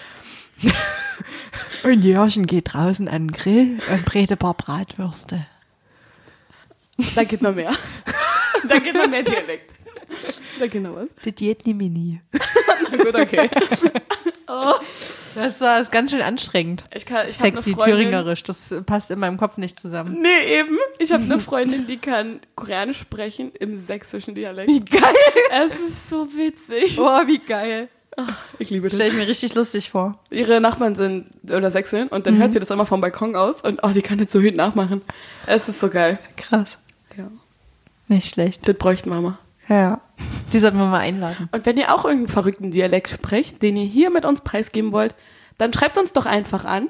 Und Jörchen geht draußen an den Grill und brät ein paar Bratwürste. Da geht noch mehr. Da geht noch mehr Dialekt. Da geht noch was. Das geht nicht mehr nie. Na gut, okay. Oh. Das ist ganz schön anstrengend. Ich hab Sexy, eine Freundin, thüringerisch. Das passt in meinem Kopf nicht zusammen. Nee, eben. Ich habe eine Freundin, die kann Koreanisch sprechen im sächsischen Dialekt. Wie geil. Es ist so witzig. Oh, wie geil. Ich liebe das. Stell ich mir richtig lustig vor. Ihre Nachbarn sind oder Sächseln und dann hört sie das immer vom Balkon aus und die kann jetzt so gut nachmachen. Es ist so geil. Krass. Ja. Nicht schlecht. Das bräuchten wir mal. Ja. Die sollten wir mal einladen. Und wenn ihr auch irgendeinen verrückten Dialekt sprecht, den ihr hier mit uns preisgeben wollt, dann schreibt uns doch einfach an.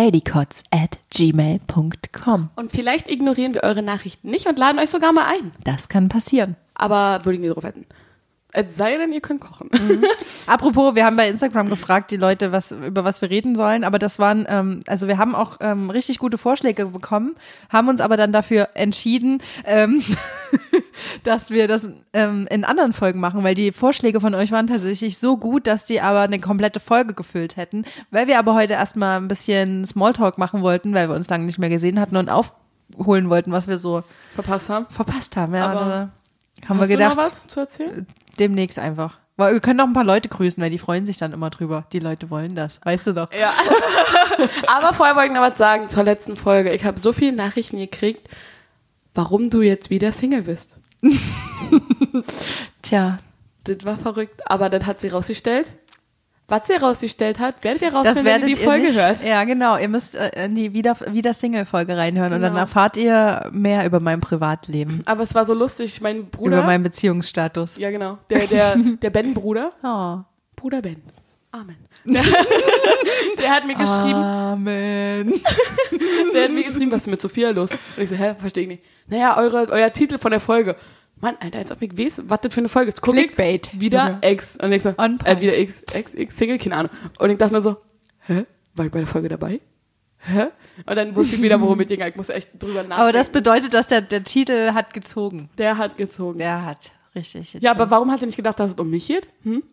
ladycots@gmail.com. Und vielleicht ignorieren wir eure Nachrichten nicht und laden euch sogar mal ein. Das kann passieren. Aber würde ich nicht drauf wetten. Es sei denn, ihr könnt kochen. Apropos, wir haben bei Instagram gefragt, die Leute, über was wir reden sollen, aber das waren, also wir haben auch richtig gute Vorschläge bekommen, haben uns aber dann dafür entschieden, dass wir das in anderen Folgen machen, weil die Vorschläge von euch waren tatsächlich so gut, dass die aber eine komplette Folge gefüllt hätten, weil wir aber heute erstmal ein bisschen Smalltalk machen wollten, weil wir uns lange nicht mehr gesehen hatten und aufholen wollten, was wir so verpasst haben. Ja, Aber haben wir gedacht, du noch was zu erzählen? Demnächst einfach. Weil wir können noch ein paar Leute grüßen, weil die freuen sich dann immer drüber. Die Leute wollen das, weißt du doch. Ja. Aber vorher wollte ich noch was sagen zur letzten Folge. Ich habe so viele Nachrichten gekriegt, warum du jetzt wieder Single bist. Tja. Das war verrückt. Aber dann hat sie rausgestellt. Was sie rausgestellt hat, werdet ihr rausfinden, Das werdet wenn ihr die Folge nicht hört. Ja, genau. Ihr müsst in die wieder Single-Folge reinhören und dann Genau. erfahrt ihr mehr über mein Privatleben. Aber es war so lustig. Mein Bruder. Über meinen Beziehungsstatus. Ja, genau. Der Ben-Bruder. Oh. Bruder Ben. Amen. Der hat mir geschrieben, Amen. Der hat mir geschrieben, was ist mit Sophia los? Und ich so, verstehe ich nicht. Naja, euer Titel von der Folge. Mann, Alter, als ob ich weiß, was das für eine Folge ist. Guck Clickbait. Ich, wieder Ex. Und ich so, wieder X, Single, keine Ahnung. Und ich dachte mir so, war ich bei der Folge dabei? Und dann wusste ich wieder, worum es ging. Ich musste echt drüber nachdenken. Aber das bedeutet, dass der Titel hat gezogen. Der hat gezogen. Der hat richtig gezogen. Ja, aber warum hat er nicht gedacht, dass es um mich geht?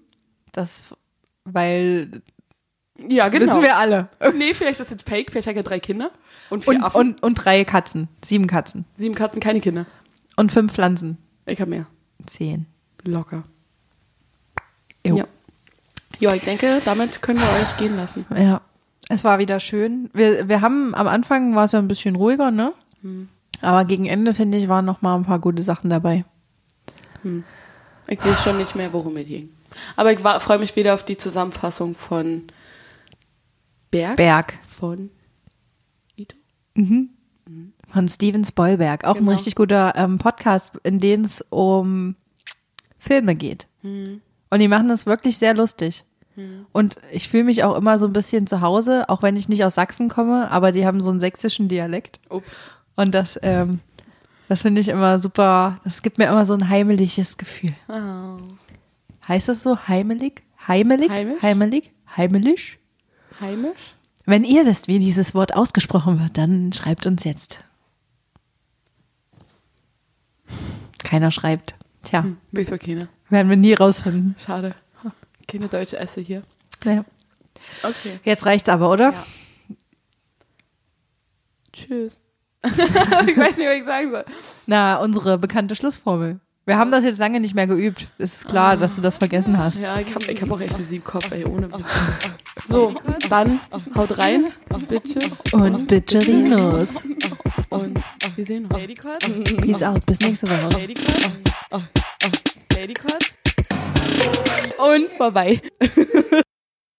Weil Ja, genau. wissen wir alle. Nee, vielleicht ist es fake. Vielleicht hat er 3 Kinder und 4 Und, Affen. und 3 Katzen. 7 Katzen. 7 Katzen, keine Kinder. Und 5 Pflanzen. Ich habe mehr. 10. Locker. Jo. Ja. Ja, ich denke, damit können wir euch gehen lassen. Ja. Es war wieder schön. Wir haben, am Anfang war es ja ein bisschen ruhiger, ne? Aber gegen Ende, finde ich, waren noch mal ein paar gute Sachen dabei. Ich weiß schon nicht mehr, worum es ging. Aber ich freue mich wieder auf die Zusammenfassung von Berg. Von Ito? Von Steven Spielberg. Auch ein richtig guter Podcast, in dem es um Filme geht. Und die machen das wirklich sehr lustig. Und ich fühle mich auch immer so ein bisschen zu Hause, auch wenn ich nicht aus Sachsen komme, aber die haben so einen sächsischen Dialekt. Ups. Und das finde ich immer super, das gibt mir immer so ein heimeliges Gefühl. Oh. Heißt das so? Heimelig? Heimelig? Heimisch? Heimelig? Heimelisch? Heimisch? Wenn ihr wisst, wie dieses Wort ausgesprochen wird, dann schreibt uns jetzt. Keiner schreibt. Tja, Weiß okay, ne? werden wir nie rausfinden. Schade. Keine deutsche Esse hier. Ja. Okay. Jetzt reicht's aber, oder? Ja. Tschüss. Ich weiß nicht, was ich sagen soll. Na, unsere bekannte Schlussformel. Wir haben das jetzt lange nicht mehr geübt. Es ist klar, dass du das vergessen hast. Ja, ich hab auch echt einen Siebkopf, ey, ohne Witz. So, dann haut rein, Bitches. Und Bitcherinos. Und wir sehen uns. Peace out. Bis nächste Woche. Und vorbei.